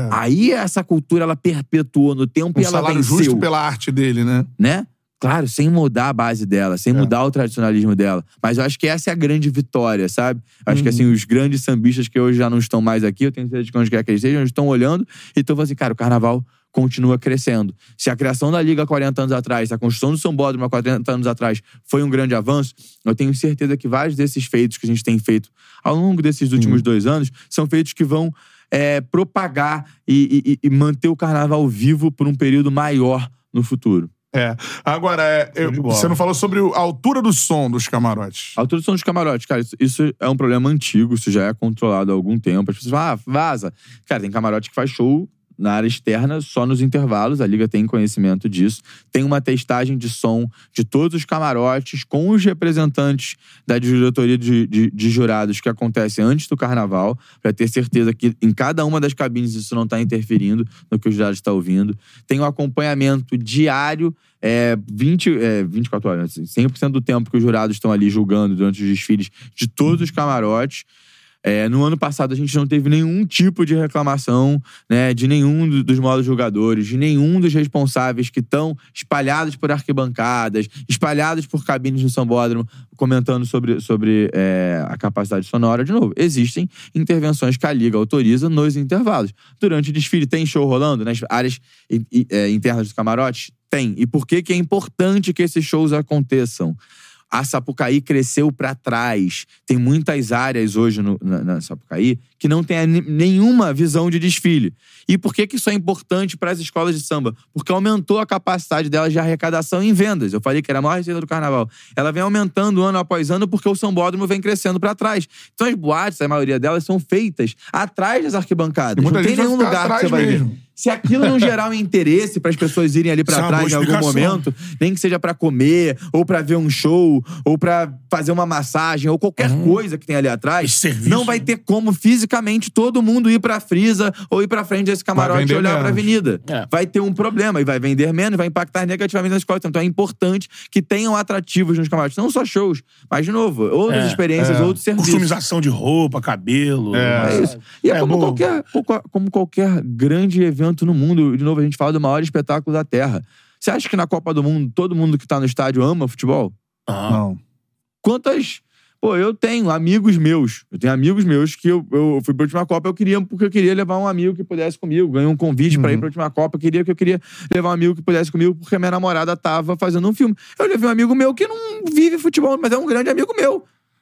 Aí essa cultura, ela perpetuou no tempo e ela venceu. Um salário justo pela arte dele, né? Claro, sem mudar a base dela, sem mudar o tradicionalismo dela. Mas eu acho que essa é a grande vitória, sabe? Eu acho que, assim, os grandes sambistas que hoje já não estão mais aqui, eu tenho certeza de que onde quer que eles estejam, estão olhando e estão falando assim, cara, o carnaval continua crescendo. Se a criação da Liga há 40 anos atrás, a construção do Sambódromo há 40 anos atrás foi um grande avanço, eu tenho certeza que vários desses feitos que a gente tem feito ao longo desses últimos 2 anos são feitos que vão propagar e manter o carnaval vivo por um período maior no futuro. Agora, você não falou sobre a altura do som dos camarotes. A altura do som dos camarotes, cara, isso é um problema antigo, isso já é controlado há algum tempo. As pessoas falam, vaza. Cara, tem camarote que faz show na área externa, só nos intervalos, a Liga tem conhecimento disso. Tem uma testagem de som de todos os camarotes com os representantes da diretoria de jurados que acontece antes do carnaval, para ter certeza que em cada uma das cabines isso não está interferindo no que os jurados estão ouvindo. Tem um acompanhamento diário, 24 horas, 100% do tempo que os jurados estão ali julgando durante os desfiles de todos os camarotes. No ano passado a gente não teve nenhum tipo de reclamação, né, de nenhum dos modos jogadores, de nenhum dos responsáveis que estão espalhados por arquibancadas, espalhados por cabines no Sambódromo, comentando sobre a capacidade sonora. De novo, existem intervenções que a Liga autoriza nos intervalos. Durante o desfile tem show rolando nas áreas internas dos camarotes? Tem. E por que é importante que esses shows aconteçam? A Sapucaí cresceu pra trás. Tem muitas áreas hoje na Sapucaí que não tem nenhuma visão de desfile. E por que isso é importante para as escolas de samba? Porque aumentou a capacidade delas de arrecadação em vendas. Eu falei que era a maior receita do carnaval. Ela vem aumentando ano após ano porque o sambódromo vem crescendo pra trás. Então as boates, a maioria delas, são feitas atrás das arquibancadas. Não tem nenhum lugar que você vai ver. Se aquilo não gerar um interesse para as pessoas irem ali pra trás em algum momento, nem que seja pra comer, ou pra ver um show, ou pra fazer uma massagem, ou qualquer coisa que tem ali atrás, não vai ter como fisicamente todo mundo ir pra frisa ou ir pra frente desse camarote e olhar pra avenida. Vai ter um problema e vai vender menos, vai impactar negativamente nas escolas. Então é importante que tenham atrativos nos camarotes. Não só shows, mas, de novo, outras experiências, outros serviços. Customização de roupa, cabelo. É isso. E como qualquer grande evento no mundo, de novo, a gente fala do maior espetáculo da Terra. Você acha que na Copa do Mundo todo mundo que tá no estádio ama futebol? Não. Quantas... eu tenho amigos meus. Eu tenho amigos meus que eu fui pra última Copa porque eu queria levar um amigo que pudesse comigo. Ganhei um convite pra ir pra última Copa. Eu queria levar um amigo que pudesse comigo porque a minha namorada tava fazendo um filme. Eu levei um amigo meu que não vive futebol, mas é um grande amigo meu.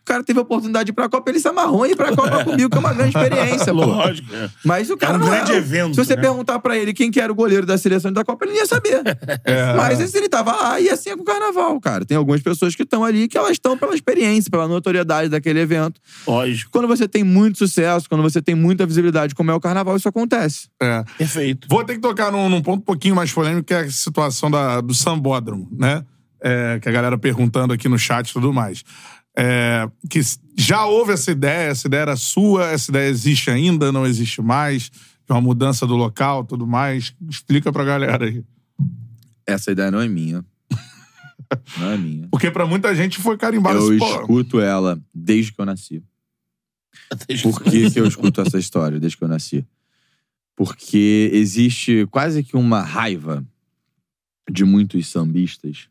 cara teve a oportunidade de ir pra Copa, ele se amarrou e ir pra Copa comigo, que é uma grande experiência, pô. Lógico. Mas o cara um grande evento. Se você perguntar pra ele quem que era o goleiro da seleção da Copa, ele não ia saber. Mas ele tava lá e assim é com o carnaval, cara. Tem algumas pessoas que estão ali que elas estão pela experiência, pela notoriedade daquele evento. Lógico. Quando você tem muito sucesso, quando você tem muita visibilidade, como é o carnaval, isso acontece. Perfeito. Vou ter que tocar num ponto um pouquinho mais polêmico, que é a situação do Sambódromo, né? Que a galera perguntando aqui no chat e tudo mais. Que já houve essa ideia era sua, essa ideia existe ainda, não existe mais, de uma mudança do local, tudo mais. Explica pra galera aí. Essa ideia não é minha. Não é minha. Porque pra muita gente foi carimbado. Eu escuto ela desde que eu nasci. Por que eu escuto essa história desde que eu nasci? Porque existe quase que uma raiva de muitos sambistas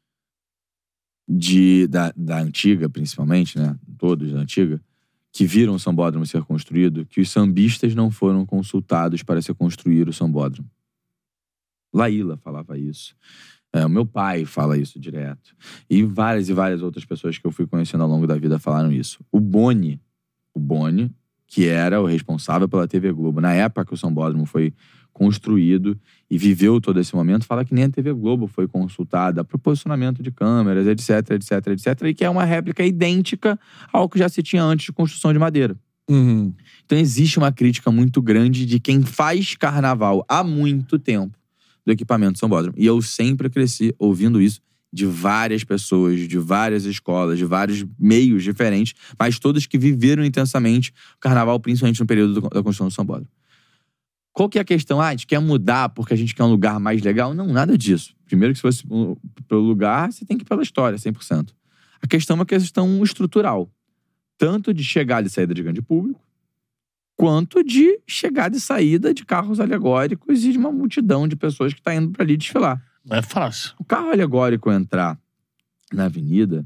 da antiga, principalmente, né? Todos da antiga, que viram o sambódromo ser construído, que os sambistas não foram consultados para se construir o sambódromo. Laíla falava isso. O meu pai fala isso direto. E várias outras pessoas que eu fui conhecendo ao longo da vida falaram isso. O Boni, que era o responsável pela TV Globo, na época que o sambódromo foi construído e viveu todo esse momento, fala que nem a TV Globo foi consultada para o posicionamento de câmeras, etc, e que é uma réplica idêntica ao que já se tinha antes de construção de madeira. Então existe uma crítica muito grande de quem faz carnaval há muito tempo do equipamento do sambódromo. E eu sempre cresci ouvindo isso de várias pessoas, de várias escolas, de vários meios diferentes, mas todos que viveram intensamente o carnaval, principalmente no período da construção do sambódromo. Qual que é a questão? A gente quer mudar porque a gente quer um lugar mais legal? Não, nada disso. Primeiro que se fosse pelo lugar, você tem que ir pela história, 100%. A questão é uma questão estrutural. Tanto de chegada e saída de grande público, quanto de chegada e saída de carros alegóricos e de uma multidão de pessoas que está indo para ali desfilar. Não é fácil. O carro alegórico entrar na avenida,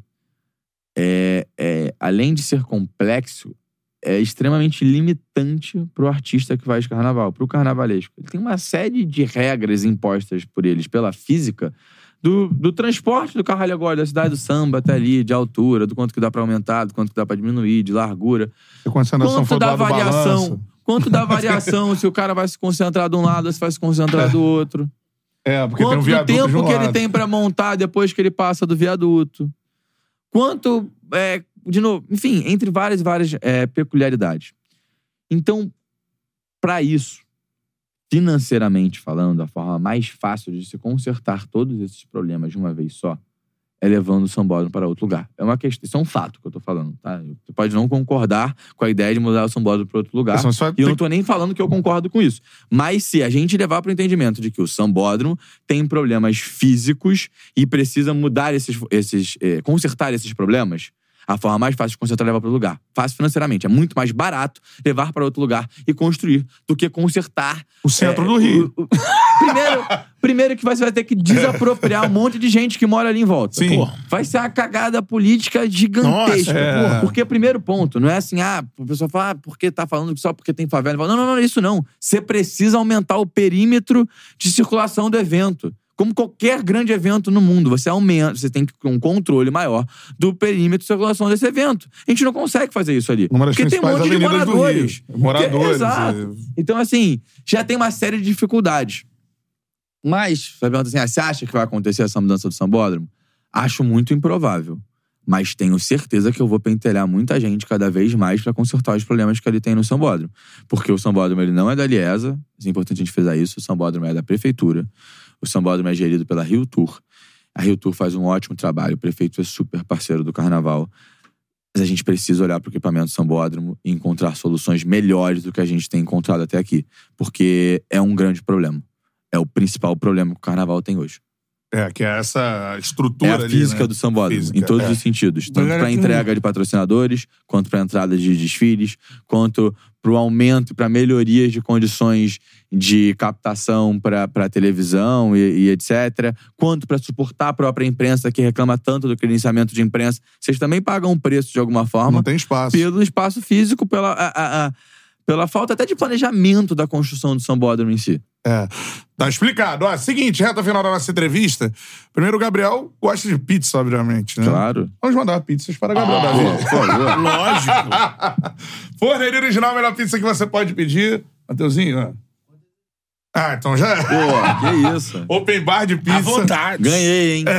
além de ser complexo, é extremamente limitante pro artista que faz carnaval, pro carnavalesco. Ele tem uma série de regras impostas por eles pela física do transporte do carro alegórico da cidade do samba até ali, de altura, do quanto que dá pra aumentar, do quanto que dá pra diminuir, de largura. Quanto da variação. Quanto da variação, se o cara vai se concentrar de um lado ou se vai se concentrar do outro. Porque quanto tem um viaduto do tempo de um que lado. ele tem pra montar depois que ele passa do viaduto. Quanto... de novo, enfim, entre várias peculiaridades. Então, para isso, financeiramente falando, a forma mais fácil de se consertar todos esses problemas de uma vez só é levando o sambódromo para outro lugar. É uma questão, isso é um fato que eu tô falando, tá? Você pode não concordar com a ideia de mudar o sambódromo para outro lugar, e eu não tô nem falando que eu concordo com isso. Mas se a gente levar para o entendimento de que o sambódromo tem problemas físicos e precisa mudar consertar esses problemas, a forma mais fácil de consertar é levar para outro lugar. Fácil financeiramente. É muito mais barato levar para outro lugar e construir do que consertar... O centro do Rio. Primeiro que você vai ter que desapropriar um monte de gente que mora ali em volta. Sim. Pô, vai ser uma cagada política gigantesca. Nossa, Porque, primeiro ponto, não é assim, o pessoal fala, porque tá falando só porque tem favela. Não, isso não. Você precisa aumentar o perímetro de circulação do evento. Como qualquer grande evento no mundo, você tem que ter um controle maior do perímetro de circulação desse evento. A gente não consegue fazer isso ali. Porque tem um monte de moradores. Exato. Então, assim, já tem uma série de dificuldades. Mas, você pergunta assim, você acha que vai acontecer essa mudança do sambódromo? Acho muito improvável. Mas tenho certeza que eu vou pentelhar muita gente cada vez mais pra consertar os problemas que ele tem no sambódromo. Porque o sambódromo, ele não é da Liesa. É importante a gente frisar isso. O sambódromo é da prefeitura. O sambódromo é gerido pela Rio Tour. A Rio Tour faz um ótimo trabalho. O prefeito é super parceiro do carnaval. Mas a gente precisa olhar para o equipamento do sambódromo e encontrar soluções melhores do que a gente tem encontrado até aqui. Porque é um grande problema. É o principal problema que o carnaval tem hoje. Que é essa estrutura ali, é a física né? do sambódromo, em todos os sentidos. Tanto para entrega de patrocinadores, quanto para entrada de desfiles, quanto para o aumento, para melhorias de condições de captação para televisão e etc. Quanto para suportar a própria imprensa que reclama tanto do credenciamento de imprensa. Vocês também pagam um preço de alguma forma. Não tem espaço. Pelo espaço físico, pela falta até de planejamento da construção do sambódromo em si. Tá explicado. Ó, seguinte, reta final da nossa entrevista. Primeiro, o Gabriel gosta de pizza, obviamente, né? Claro. Vamos mandar pizzas para Gabriel Davi. Por favor. Lógico. Forneria Original, a melhor pizza que você pode pedir. Mateuzinho, ó. Então já é. Pô, que isso. Open bar de pizza. À vontade. Ganhei, hein?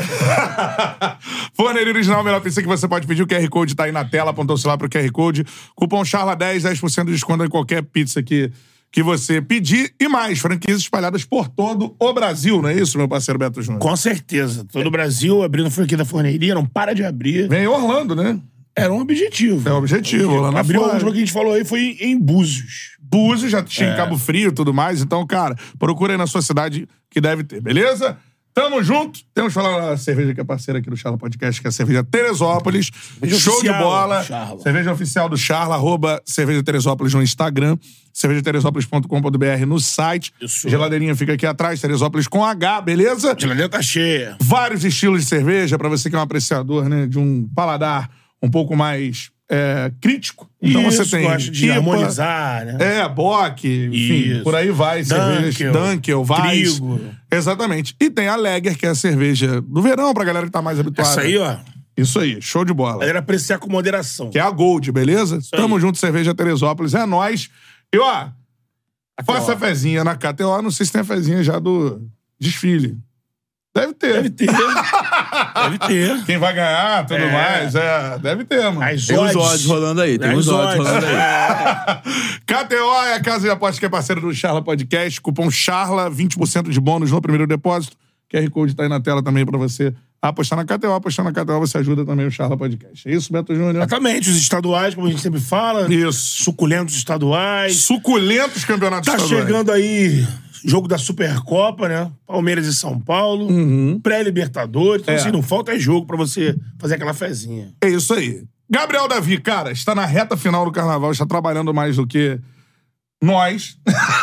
Forneria Original, a melhor pizza que você pode pedir. O QR Code tá aí na tela, apontou o celular pro QR Code. Cupom CHARLA10, 10% de desconto em qualquer pizza que você pedir. E mais, franquias espalhadas por todo o Brasil, não é isso, meu parceiro Beto Júnior? Com certeza. Todo o Brasil abrindo franquia da Forneria, não para de abrir. Vem em Orlando, né? Era um objetivo. É o objetivo. Orlando Abriu a fora. última que a gente falou aí foi em Búzios. Búzios, já tinha em Cabo Frio e tudo mais. Então, cara, procura aí na sua cidade que deve ter, beleza? Tamo junto. Temos que falar da cerveja que é parceira aqui do Charla Podcast, que é a cerveja Teresópolis. Show oficial de bola. do Charla. Cerveja oficial do Charla, @cerveja Teresópolis no Instagram, cervejateresópolis.com.br no site. Isso. Geladeirinha fica aqui atrás, Teresópolis com H, beleza? A geladeira tá cheia. Vários estilos de cerveja, pra você que é um apreciador, né, de um paladar um pouco mais crítico. Então Isso, você tem gosta de IPA, harmonizar, né? Bock, enfim, Isso. por aí vai. Cervejas Dunkel, Weiss. Trigo. Exatamente. E tem a Lager, que é a cerveja do verão, pra galera que tá mais habituada. Essa aí, ó. Isso aí, show de bola. Galera apreciar com moderação. Que é a Gold, beleza? Tamo aí. junto, Cerveja Teresópolis. É nóis. E ó, faça a fezinha na KTO. Não sei se tem a fezinha já do desfile. Deve ter. Deve ter. Deve ter. Quem vai ganhar, tudo mais. Deve ter, mano. As Tem uns odds rolando aí. Tem uns odds rolando aí. KTO é a casa de apostas que é parceira do Charla Podcast. Cupom CHARLA, 20% de bônus no primeiro depósito. QR Code tá aí na tela também pra você apostar na KTO. Apostar na KTO você ajuda também o Charla Podcast. É isso, Beto Júnior? Exatamente. Os estaduais, como a gente sempre fala. Isso. Suculentos estaduais. Suculentos campeonatos Tá estaduais. chegando aí jogo da Supercopa, né? Palmeiras e São Paulo. Pré-Libertadores. Então, assim, não falta jogo pra você fazer aquela fezinha. É isso aí. Gabriel Davi, cara, está na reta final do carnaval, está trabalhando mais do que nós.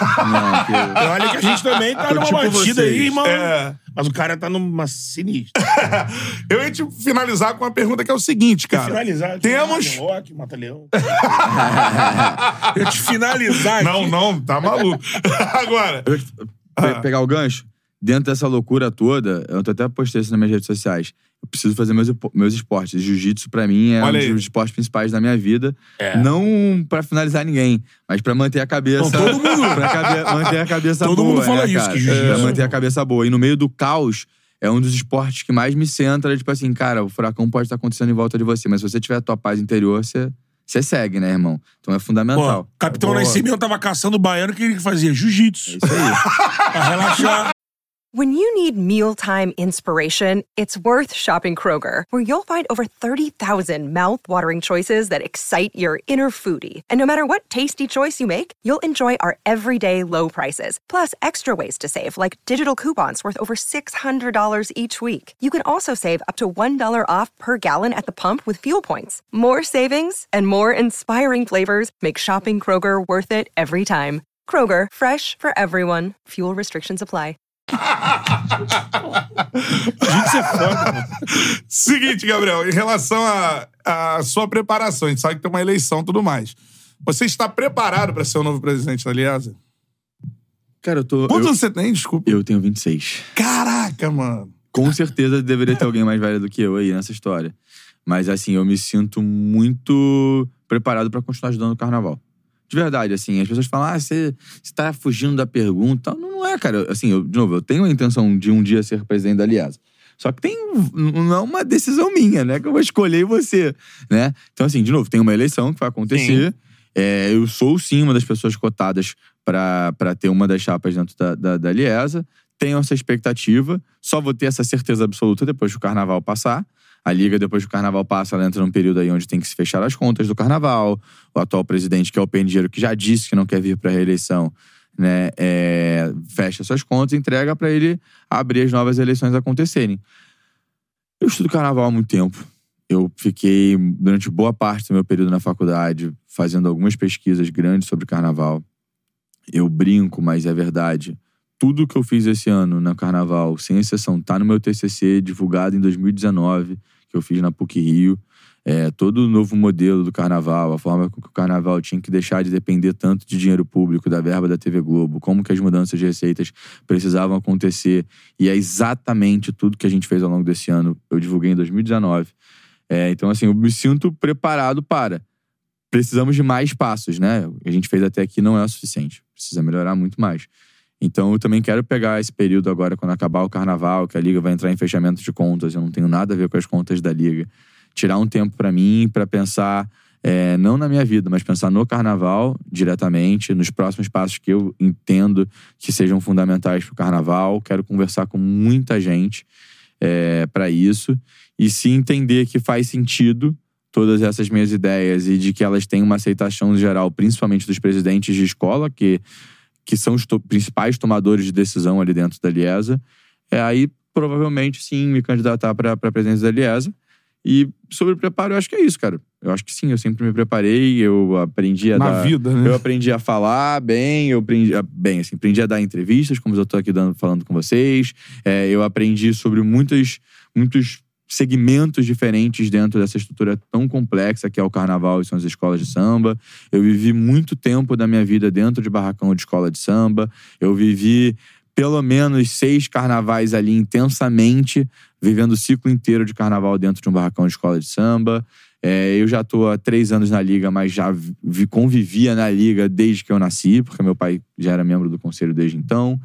E olha que a gente também tá numa tipo batida vocês. aí, irmão. É. Mas o cara tá numa sinistra. Eu ia te finalizar com uma pergunta que é o seguinte, cara. Finalizar. Temos... Rock, Mata-Leão. Eu ia te finalizar aqui. Não, tá maluco. Agora... Pegar o gancho, dentro dessa loucura toda, eu até postei isso nas minhas redes sociais. Eu preciso fazer meus esportes. Jiu-jitsu, pra mim, é Olha um aí. dos esportes principais da minha vida. Não pra finalizar ninguém, mas pra manter a cabeça... Não, todo mundo. Pra manter a cabeça Todo boa, mundo fala né, isso, cara? que jiu-jitsu- Pra manter a cabeça boa. E no meio do caos, é um dos esportes que mais me centra. Tipo assim, cara, o furacão pode estar acontecendo em volta de você, mas se você tiver a tua paz interior, você segue, né, irmão? Então é fundamental. Pô, Capitão Nascimento tava caçando o baiano que ele fazia jiu-jitsu. Isso aí. Pra relaxar. When you need mealtime inspiration, it's worth shopping Kroger, where you'll find over 30,000 mouth-watering choices that excite your inner foodie. And no matter what tasty choice you make, you'll enjoy our everyday low prices, plus extra ways to save, like digital coupons worth over $600 each week. You can also save up to $1 off per gallon at the pump with fuel points. More savings and more inspiring flavors make shopping Kroger worth it every time. Kroger, fresh for everyone. Fuel restrictions apply. Jiu-jitsu é foda, mano. Seguinte, Gabriel, em relação à sua preparação, a gente sabe que tem uma eleição e tudo mais. Você está preparado para ser o novo presidente da Aliança? Cara, Quantos anos você tem? Desculpa. Eu tenho 26. Caraca, mano. Com certeza deveria ter alguém mais velho do que eu aí nessa história. Mas, assim, eu me sinto muito preparado pra continuar ajudando o carnaval. De verdade, assim, as pessoas falam, você tá fugindo da pergunta. Não é, cara. Assim, de novo, eu tenho a intenção de um dia ser presidente da Aliança. Só que não é uma decisão minha, né? Que eu vou escolher você, né? Então, assim, de novo, tem uma eleição que vai acontecer. Eu sou, sim, uma das pessoas cotadas pra ter uma das chapas dentro da Liesa. Tenho essa expectativa. Só vou ter essa certeza absoluta depois que o carnaval passar. A Liga, depois que o carnaval passa, ela entra num período aí onde tem que se fechar as contas do carnaval. O atual presidente, que é o Pendiero, que já disse que não quer vir pra reeleição, né, fecha suas contas e entrega pra ele abrir as novas eleições acontecerem. Eu estudo carnaval há muito tempo. Eu fiquei, durante boa parte do meu período na faculdade, fazendo algumas pesquisas grandes sobre carnaval. Eu brinco, mas é verdade. Tudo que eu fiz esse ano no carnaval, sem exceção, tá no meu TCC, divulgado em 2019, que eu fiz na PUC Rio. todo o novo modelo do carnaval, a forma com que o carnaval tinha que deixar de depender tanto de dinheiro público, da verba da TV Globo, como que as mudanças de receitas precisavam acontecer. E é exatamente tudo que a gente fez ao longo desse ano. Eu divulguei em 2019. Então, assim, eu me sinto preparado para... Precisamos de mais passos, né? O que a gente fez até aqui não é o suficiente. Precisa melhorar muito mais. Então, eu também quero pegar esse período agora, quando acabar o carnaval, que a Liga vai entrar em fechamento de contas. Eu não tenho nada a ver com as contas da Liga. Tirar um tempo pra mim, pra pensar, não na minha vida, mas pensar no carnaval diretamente, nos próximos passos que eu entendo que sejam fundamentais pro carnaval. Quero conversar com muita gente pra isso. E se entender que faz sentido todas essas minhas ideias e de que elas têm uma aceitação geral, principalmente dos presidentes de escola, que são os principais tomadores de decisão ali dentro da Liesa, aí provavelmente sim me candidatar para a presidência da Liesa. E sobre o preparo, eu acho que é isso, cara. Eu acho que sim, eu sempre me preparei, eu aprendi a vida, né? Eu aprendi a falar bem, aprendi a dar entrevistas, como eu tô aqui falando com vocês. Eu aprendi sobre muitos segmentos diferentes dentro dessa estrutura tão complexa que é o carnaval e são as escolas de samba. Eu vivi muito tempo da minha vida dentro de barracão de escola de samba. Eu vivi pelo menos 6 carnavais ali intensamente, vivendo o ciclo inteiro de carnaval dentro de um barracão de escola de samba. Eu já tô há 3 anos na Liga, mas já convivia na Liga desde que eu nasci, porque meu pai já era membro do conselho desde então.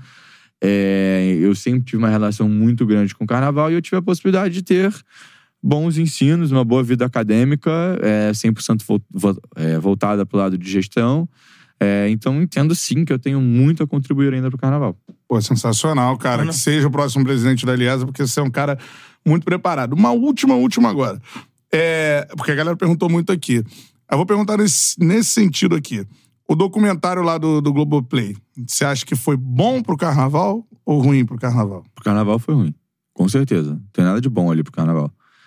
Eu sempre tive uma relação muito grande com o carnaval e eu tive a possibilidade de ter bons ensinos, uma boa vida acadêmica, 100% voltada pro lado de gestão. Então entendo sim que eu tenho muito a contribuir ainda pro carnaval. Pô, sensacional, cara. Que seja o próximo presidente da Liesa, porque você é um cara muito preparado. Uma última agora. Porque a galera perguntou muito aqui. Eu vou perguntar nesse sentido aqui. O documentário lá do Globoplay, você acha que foi bom pro carnaval ou ruim pro carnaval? Pro carnaval foi ruim, com certeza. Não tem nada de bom ali pro carnaval.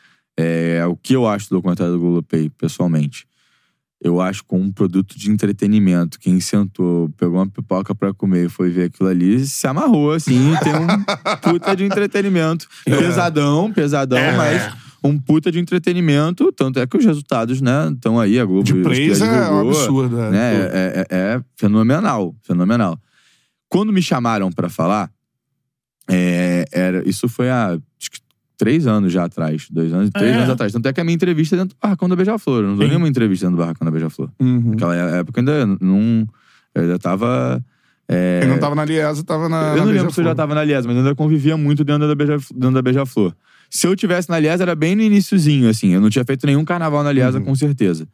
O que eu acho do documentário do Globoplay, pessoalmente, eu acho como um produto de entretenimento. Quem sentou, pegou uma pipoca pra comer e foi ver aquilo ali, se amarrou, assim, tem um puta de entretenimento. Pesadão, mas... um puta de entretenimento, tanto é que os resultados, né, estão aí, a Globo... De plays é um absurdo. É fenomenal. Quando me chamaram pra falar, isso foi há, acho que 3 anos já atrás, 2 anos, 3 anos atrás. Tanto é que a minha entrevista é dentro do Barracão da Beija-Flor. Eu não dou nenhuma entrevista dentro do Barracão da Beija-Flor. Naquela época eu ainda tava... Ele não tava na Liesa, tava na Eu não lembro se eu já tava na Liesa, mas eu ainda convivia muito dentro da Beija-Flor. Se eu tivesse na Liesa, era bem no iniciozinho, assim. Eu não tinha feito nenhum carnaval na Liesa, com certeza.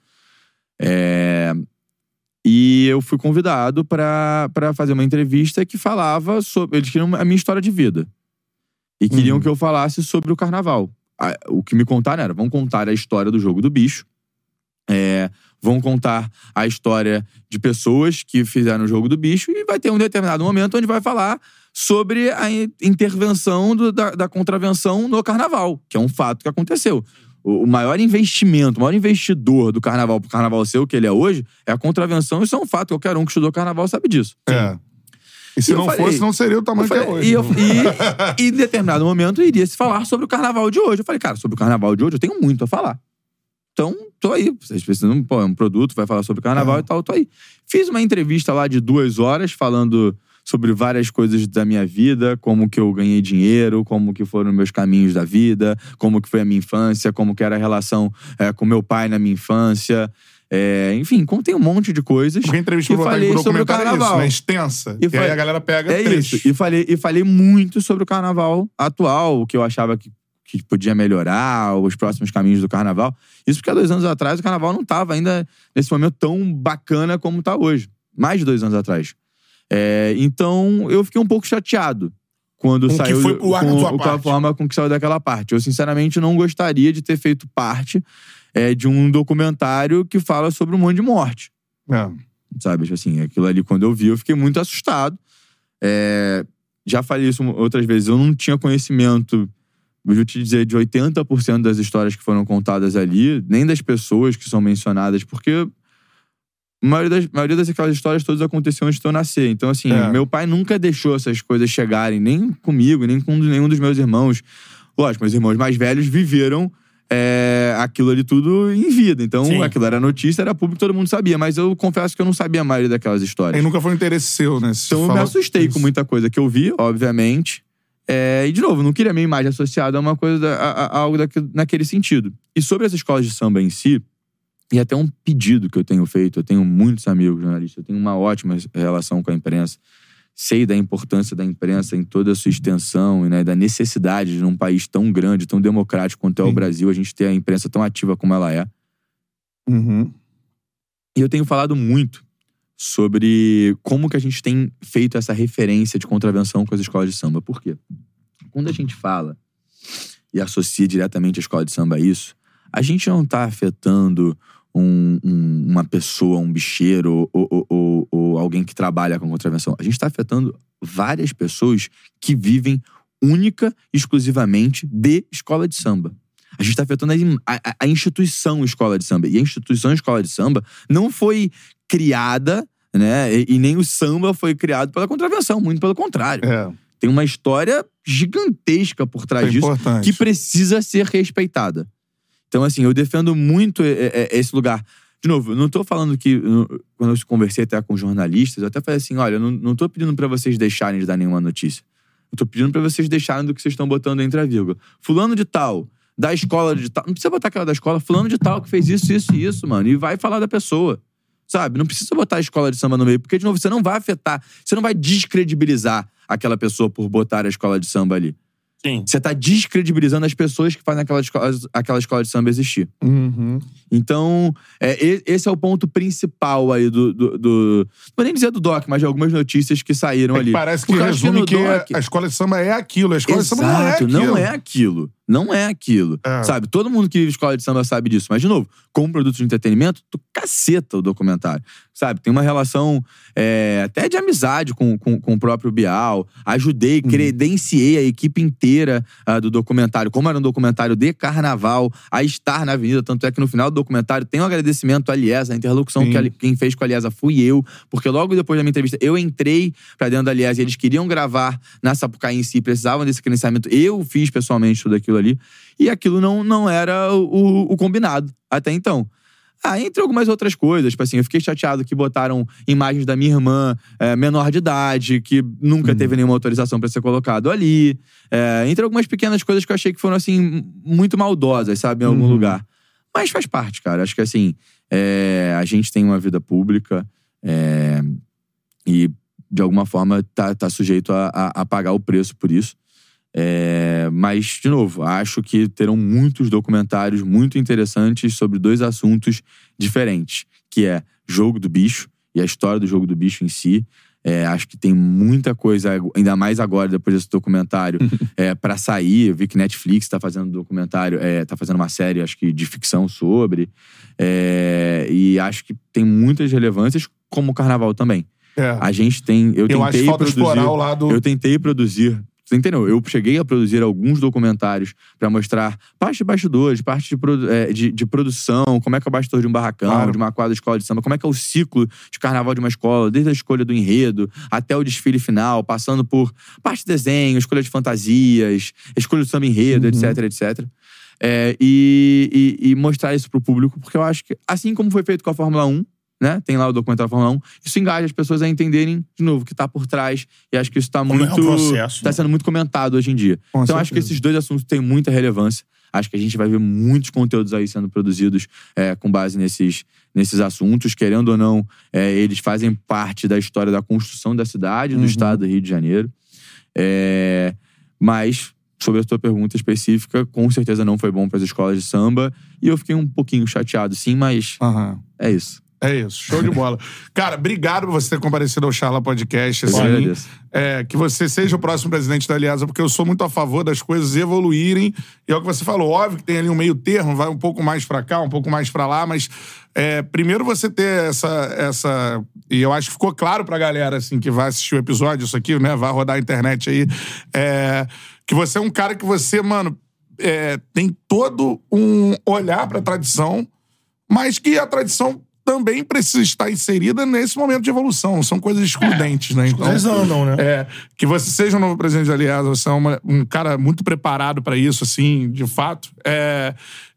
E eu fui convidado pra fazer uma entrevista que falava sobre... Eles queriam a minha história de vida. E queriam que eu falasse sobre o carnaval. O que me contaram era, vão contar a história do Jogo do Bicho. Vão contar a história de pessoas que fizeram o Jogo do Bicho. E vai ter um determinado momento onde vai falar sobre a intervenção da contravenção no carnaval, que é um fato que aconteceu. O maior investimento, o maior investidor do carnaval pro carnaval ser o que ele é hoje é a contravenção. Isso é um fato. Qualquer um que estudou carnaval sabe disso. E se não fosse, não seria o tamanho que é hoje. E em determinado momento iria se falar sobre o carnaval de hoje. Eu falei, cara, sobre o carnaval de hoje eu tenho muito a falar. Então, tô aí. Vocês precisam, é um produto, vai falar sobre o carnaval e tal, tô aí. Fiz uma entrevista lá de 2 horas falando sobre várias coisas da minha vida, como que eu ganhei dinheiro, como que foram meus caminhos da vida, como que foi a minha infância, como que era a relação com meu pai na minha infância. Enfim, contei um monte de coisas. Porque a entrevista e falei sobre o carnaval. É extensa. E aí a galera pega isso. E falei muito sobre o carnaval atual, o que eu achava que podia melhorar, os próximos caminhos do carnaval. Isso porque há 2 anos atrás o carnaval não estava ainda nesse momento tão bacana como está hoje. Mais de 2 anos atrás. Então, eu fiquei um pouco chateado quando saiu que foi pro ar com a forma com que saiu daquela parte. Eu, sinceramente, não gostaria de ter feito parte de um documentário que fala sobre um monte de morte. Sabe, assim, aquilo ali, quando eu vi, eu fiquei muito assustado. Já falei isso outras vezes, eu não tinha conhecimento, vou te dizer, de 80% das histórias que foram contadas ali, nem das pessoas que são mencionadas, porque a maioria daquelas histórias todas aconteciam antes de eu nascer. Então, assim, meu pai nunca deixou essas coisas chegarem, nem comigo, nem com nenhum dos meus irmãos. Lógico, meus irmãos mais velhos viveram aquilo ali tudo em vida. Então, Sim. aquilo era notícia, era público, todo mundo sabia. Mas eu confesso que eu não sabia a maioria daquelas histórias. E nunca foi um interesse seu, né? Então eu me assustei com muita coisa que eu vi, obviamente. E, de novo, não queria minha imagem associada a uma coisa, a algo naquele sentido. E sobre as escolas de samba em si, e até um pedido que eu tenho feito, eu tenho muitos amigos jornalistas, eu tenho uma ótima relação com a imprensa, sei da importância da imprensa em toda a sua extensão, né, da necessidade de num país tão grande, tão democrático quanto é o Brasil, a gente ter a imprensa tão ativa como ela é. E eu tenho falado muito sobre como que a gente tem feito essa referência de contravenção com as escolas de samba. Por quê? Quando a gente fala e associa diretamente a escola de samba a isso, a gente não está afetando uma pessoa, um bicheiro ou alguém que trabalha com contravenção. A gente está afetando várias pessoas que vivem única e exclusivamente de escola de samba. A gente está afetando a instituição escola de samba. E a instituição escola de samba não foi criada, né? E nem o samba foi criado pela contravenção, muito pelo contrário. Tem uma história gigantesca por trás disso que precisa ser respeitada. Então, assim, eu defendo muito esse lugar. De novo, eu não tô falando que... Quando eu conversei até com jornalistas, eu até falei assim, olha, eu não tô pedindo pra vocês deixarem de dar nenhuma notícia. Eu tô pedindo pra vocês deixarem do que vocês estão botando entre a vírgula. Fulano de tal, da escola de tal... Não precisa botar aquela da escola. Fulano de tal que fez isso, isso e isso, mano. E vai falar da pessoa. Sabe? Não precisa botar a escola de samba no meio. Porque, de novo, você não vai afetar... Você não vai descredibilizar aquela pessoa por botar a escola de samba ali. Sim. Você tá descredibilizando as pessoas que fazem aquela escola de samba existir. Então, esse é o ponto principal aí do... Não vou nem dizer do doc, mas de algumas notícias que saíram ali. Parece que resume que a escola de samba é aquilo. A escola de samba não é aquilo. Não é aquilo. Sabe? Todo mundo que vive escola de samba sabe disso. Mas, de novo, como produto de entretenimento, tu caceta o documentário. Sabe? Tem uma relação até de amizade com o próprio Bial. Ajudei, credenciei a equipe inteira do documentário, como era um documentário de carnaval, a estar na avenida. Tanto é que no final do documentário tem um agradecimento à Aliesa, a interlocução que quem fez com a Aliesa fui eu. Porque logo depois da minha entrevista, eu entrei pra dentro da Aliesa e eles queriam gravar na Sapucaí em si, precisavam desse credenciamento. Eu fiz pessoalmente tudo aquilo ali. E aquilo não era o combinado até então. Entre algumas outras coisas, tipo assim, eu fiquei chateado que botaram imagens da minha irmã menor de idade, que nunca teve nenhuma autorização pra ser colocado ali. Entre algumas pequenas coisas que eu achei que foram, assim, muito maldosas, sabe, em algum lugar. Mas faz parte, cara. Acho que, assim, a gente tem uma vida pública e, de alguma forma, tá sujeito a pagar o preço por isso. Mas, de novo, acho que terão muitos documentários muito interessantes sobre dois assuntos diferentes, que é Jogo do Bicho e a história do Jogo do Bicho em si. Acho que tem muita coisa, ainda mais agora, depois desse documentário, pra sair. Eu vi que Netflix tá fazendo documentário, tá fazendo uma série, acho que de ficção sobre. E acho que tem muitas relevâncias, como o Carnaval também. A gente tem... Eu tentei explorar o lado... Eu tentei produzir... Você entendeu? Eu cheguei a produzir alguns documentários pra mostrar parte de bastidores, parte de produção, como é que é o bastidor de um barracão, de uma quadra de escola de samba, como é que é o ciclo de carnaval de uma escola, desde a escolha do enredo até o desfile final, passando por parte de desenho, escolha de fantasias, escolha do samba enredo, etc, etc. E mostrar isso pro público, porque eu acho que, assim como foi feito com a Fórmula 1, né? Tem lá o documentário Fórmula 1. Isso engaja as pessoas a entenderem, de novo, o que tá por trás. E acho que isso tá muito... tá sendo muito comentado hoje em dia. Então, acho que esses dois assuntos têm muita relevância. Acho que a gente vai ver muitos conteúdos aí sendo produzidos com base nesses assuntos. Querendo ou não, eles fazem parte da história da construção da cidade, do estado do Rio de Janeiro. Mas, sobre a tua pergunta específica, com certeza não foi bom para as escolas de samba. E eu fiquei um pouquinho chateado, sim, mas é isso. É isso, show de bola. Cara, obrigado por você ter comparecido ao Charla Podcast. Assim, que você seja o próximo presidente da Aliesa, porque eu sou muito a favor das coisas evoluírem. E é o que você falou, óbvio que tem ali um meio termo, vai um pouco mais pra cá, um pouco mais pra lá, mas primeiro você ter essa... E eu acho que ficou claro pra galera, assim, que vai assistir o episódio, isso aqui, né, vai rodar a internet aí, que você é um cara que você, mano, tem todo um olhar pra tradição, mas que a tradição também precisa estar inserida nesse momento de evolução. São coisas excludentes, né? Então, eles andam, né? Que você seja o novo presidente da Aliesa, você é um cara muito preparado pra isso, assim, de fato.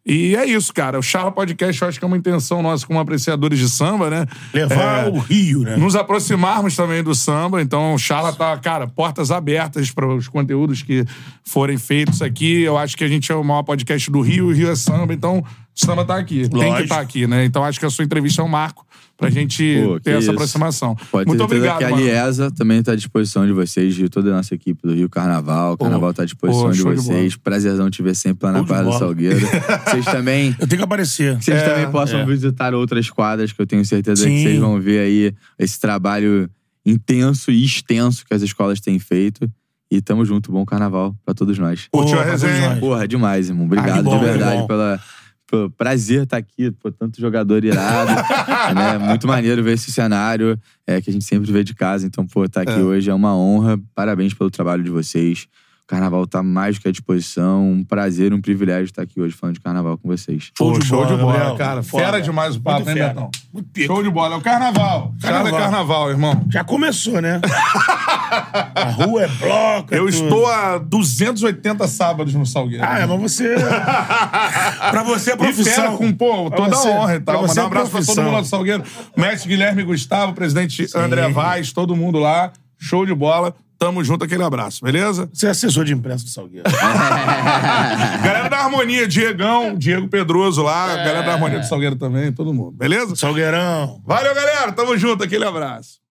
E é isso, cara. O Charla Podcast, eu acho que é uma intenção nossa como apreciadores de samba, né? Levar o Rio, né? Nos aproximarmos também do samba. Então, o Charla tá, cara, portas abertas para os conteúdos que forem feitos aqui. Eu acho que a gente é o maior podcast do Rio, o Rio é samba, então o samba tá aqui. Lógico. Tem que estar aqui, né? Então, acho que a sua entrevista é um marco pra gente ter essa aproximação. Pode Muito ter certeza obrigado, que a mano. Liesa também tá à disposição de vocês, de toda a nossa equipe do Rio Carnaval. O Carnaval tá à disposição de show de vocês. Prazerzão te ver sempre lá na Show de Praia do bola. Salgueiro. Vocês também... Eu tenho que aparecer. Vocês também possam visitar outras quadras, que eu tenho certeza que Sim. vocês vão ver aí esse trabalho intenso e extenso que as escolas têm feito. E tamo junto. Bom Carnaval pra todos nós. Curtiu a Pra todos resenha? nós. Porra, demais, irmão. Obrigado que bom, de verdade que bom. pelo prazer estar aqui, por tanto jogador irado. Né? Muito maneiro ver esse cenário que a gente sempre vê de casa. Então, pô, estar aqui hoje é uma honra. Parabéns pelo trabalho de vocês. O Carnaval tá mais do que à disposição. Um prazer, um privilégio estar aqui hoje falando de Carnaval com vocês. Show de bola, Gabriel. cara. Foda. Fera demais o papo, Muito hein, fera. Betão? Muito pica. Show de bola. É o Carnaval. Charla é Carnaval, irmão. Já começou, né? A rua é bloco. Eu tudo. estou há 280 sábados no Salgueiro. Mas você... pra você é E profissão. fera com, pô, Pra toda você- a honra e pra tal. você Mandar um é abraço pra todo profissão. mundo lá do Salgueiro. Mestre Guilherme Gustavo, presidente André Vaz, todo mundo lá. Show de bola. Tamo junto, aquele abraço, beleza? Você é assessor de imprensa do Salgueiro. Galera da Harmonia, Diego Pedroso lá. Galera da Harmonia do Salgueiro também, todo mundo, beleza? Salgueirão. Valeu, galera. Tamo junto, aquele abraço.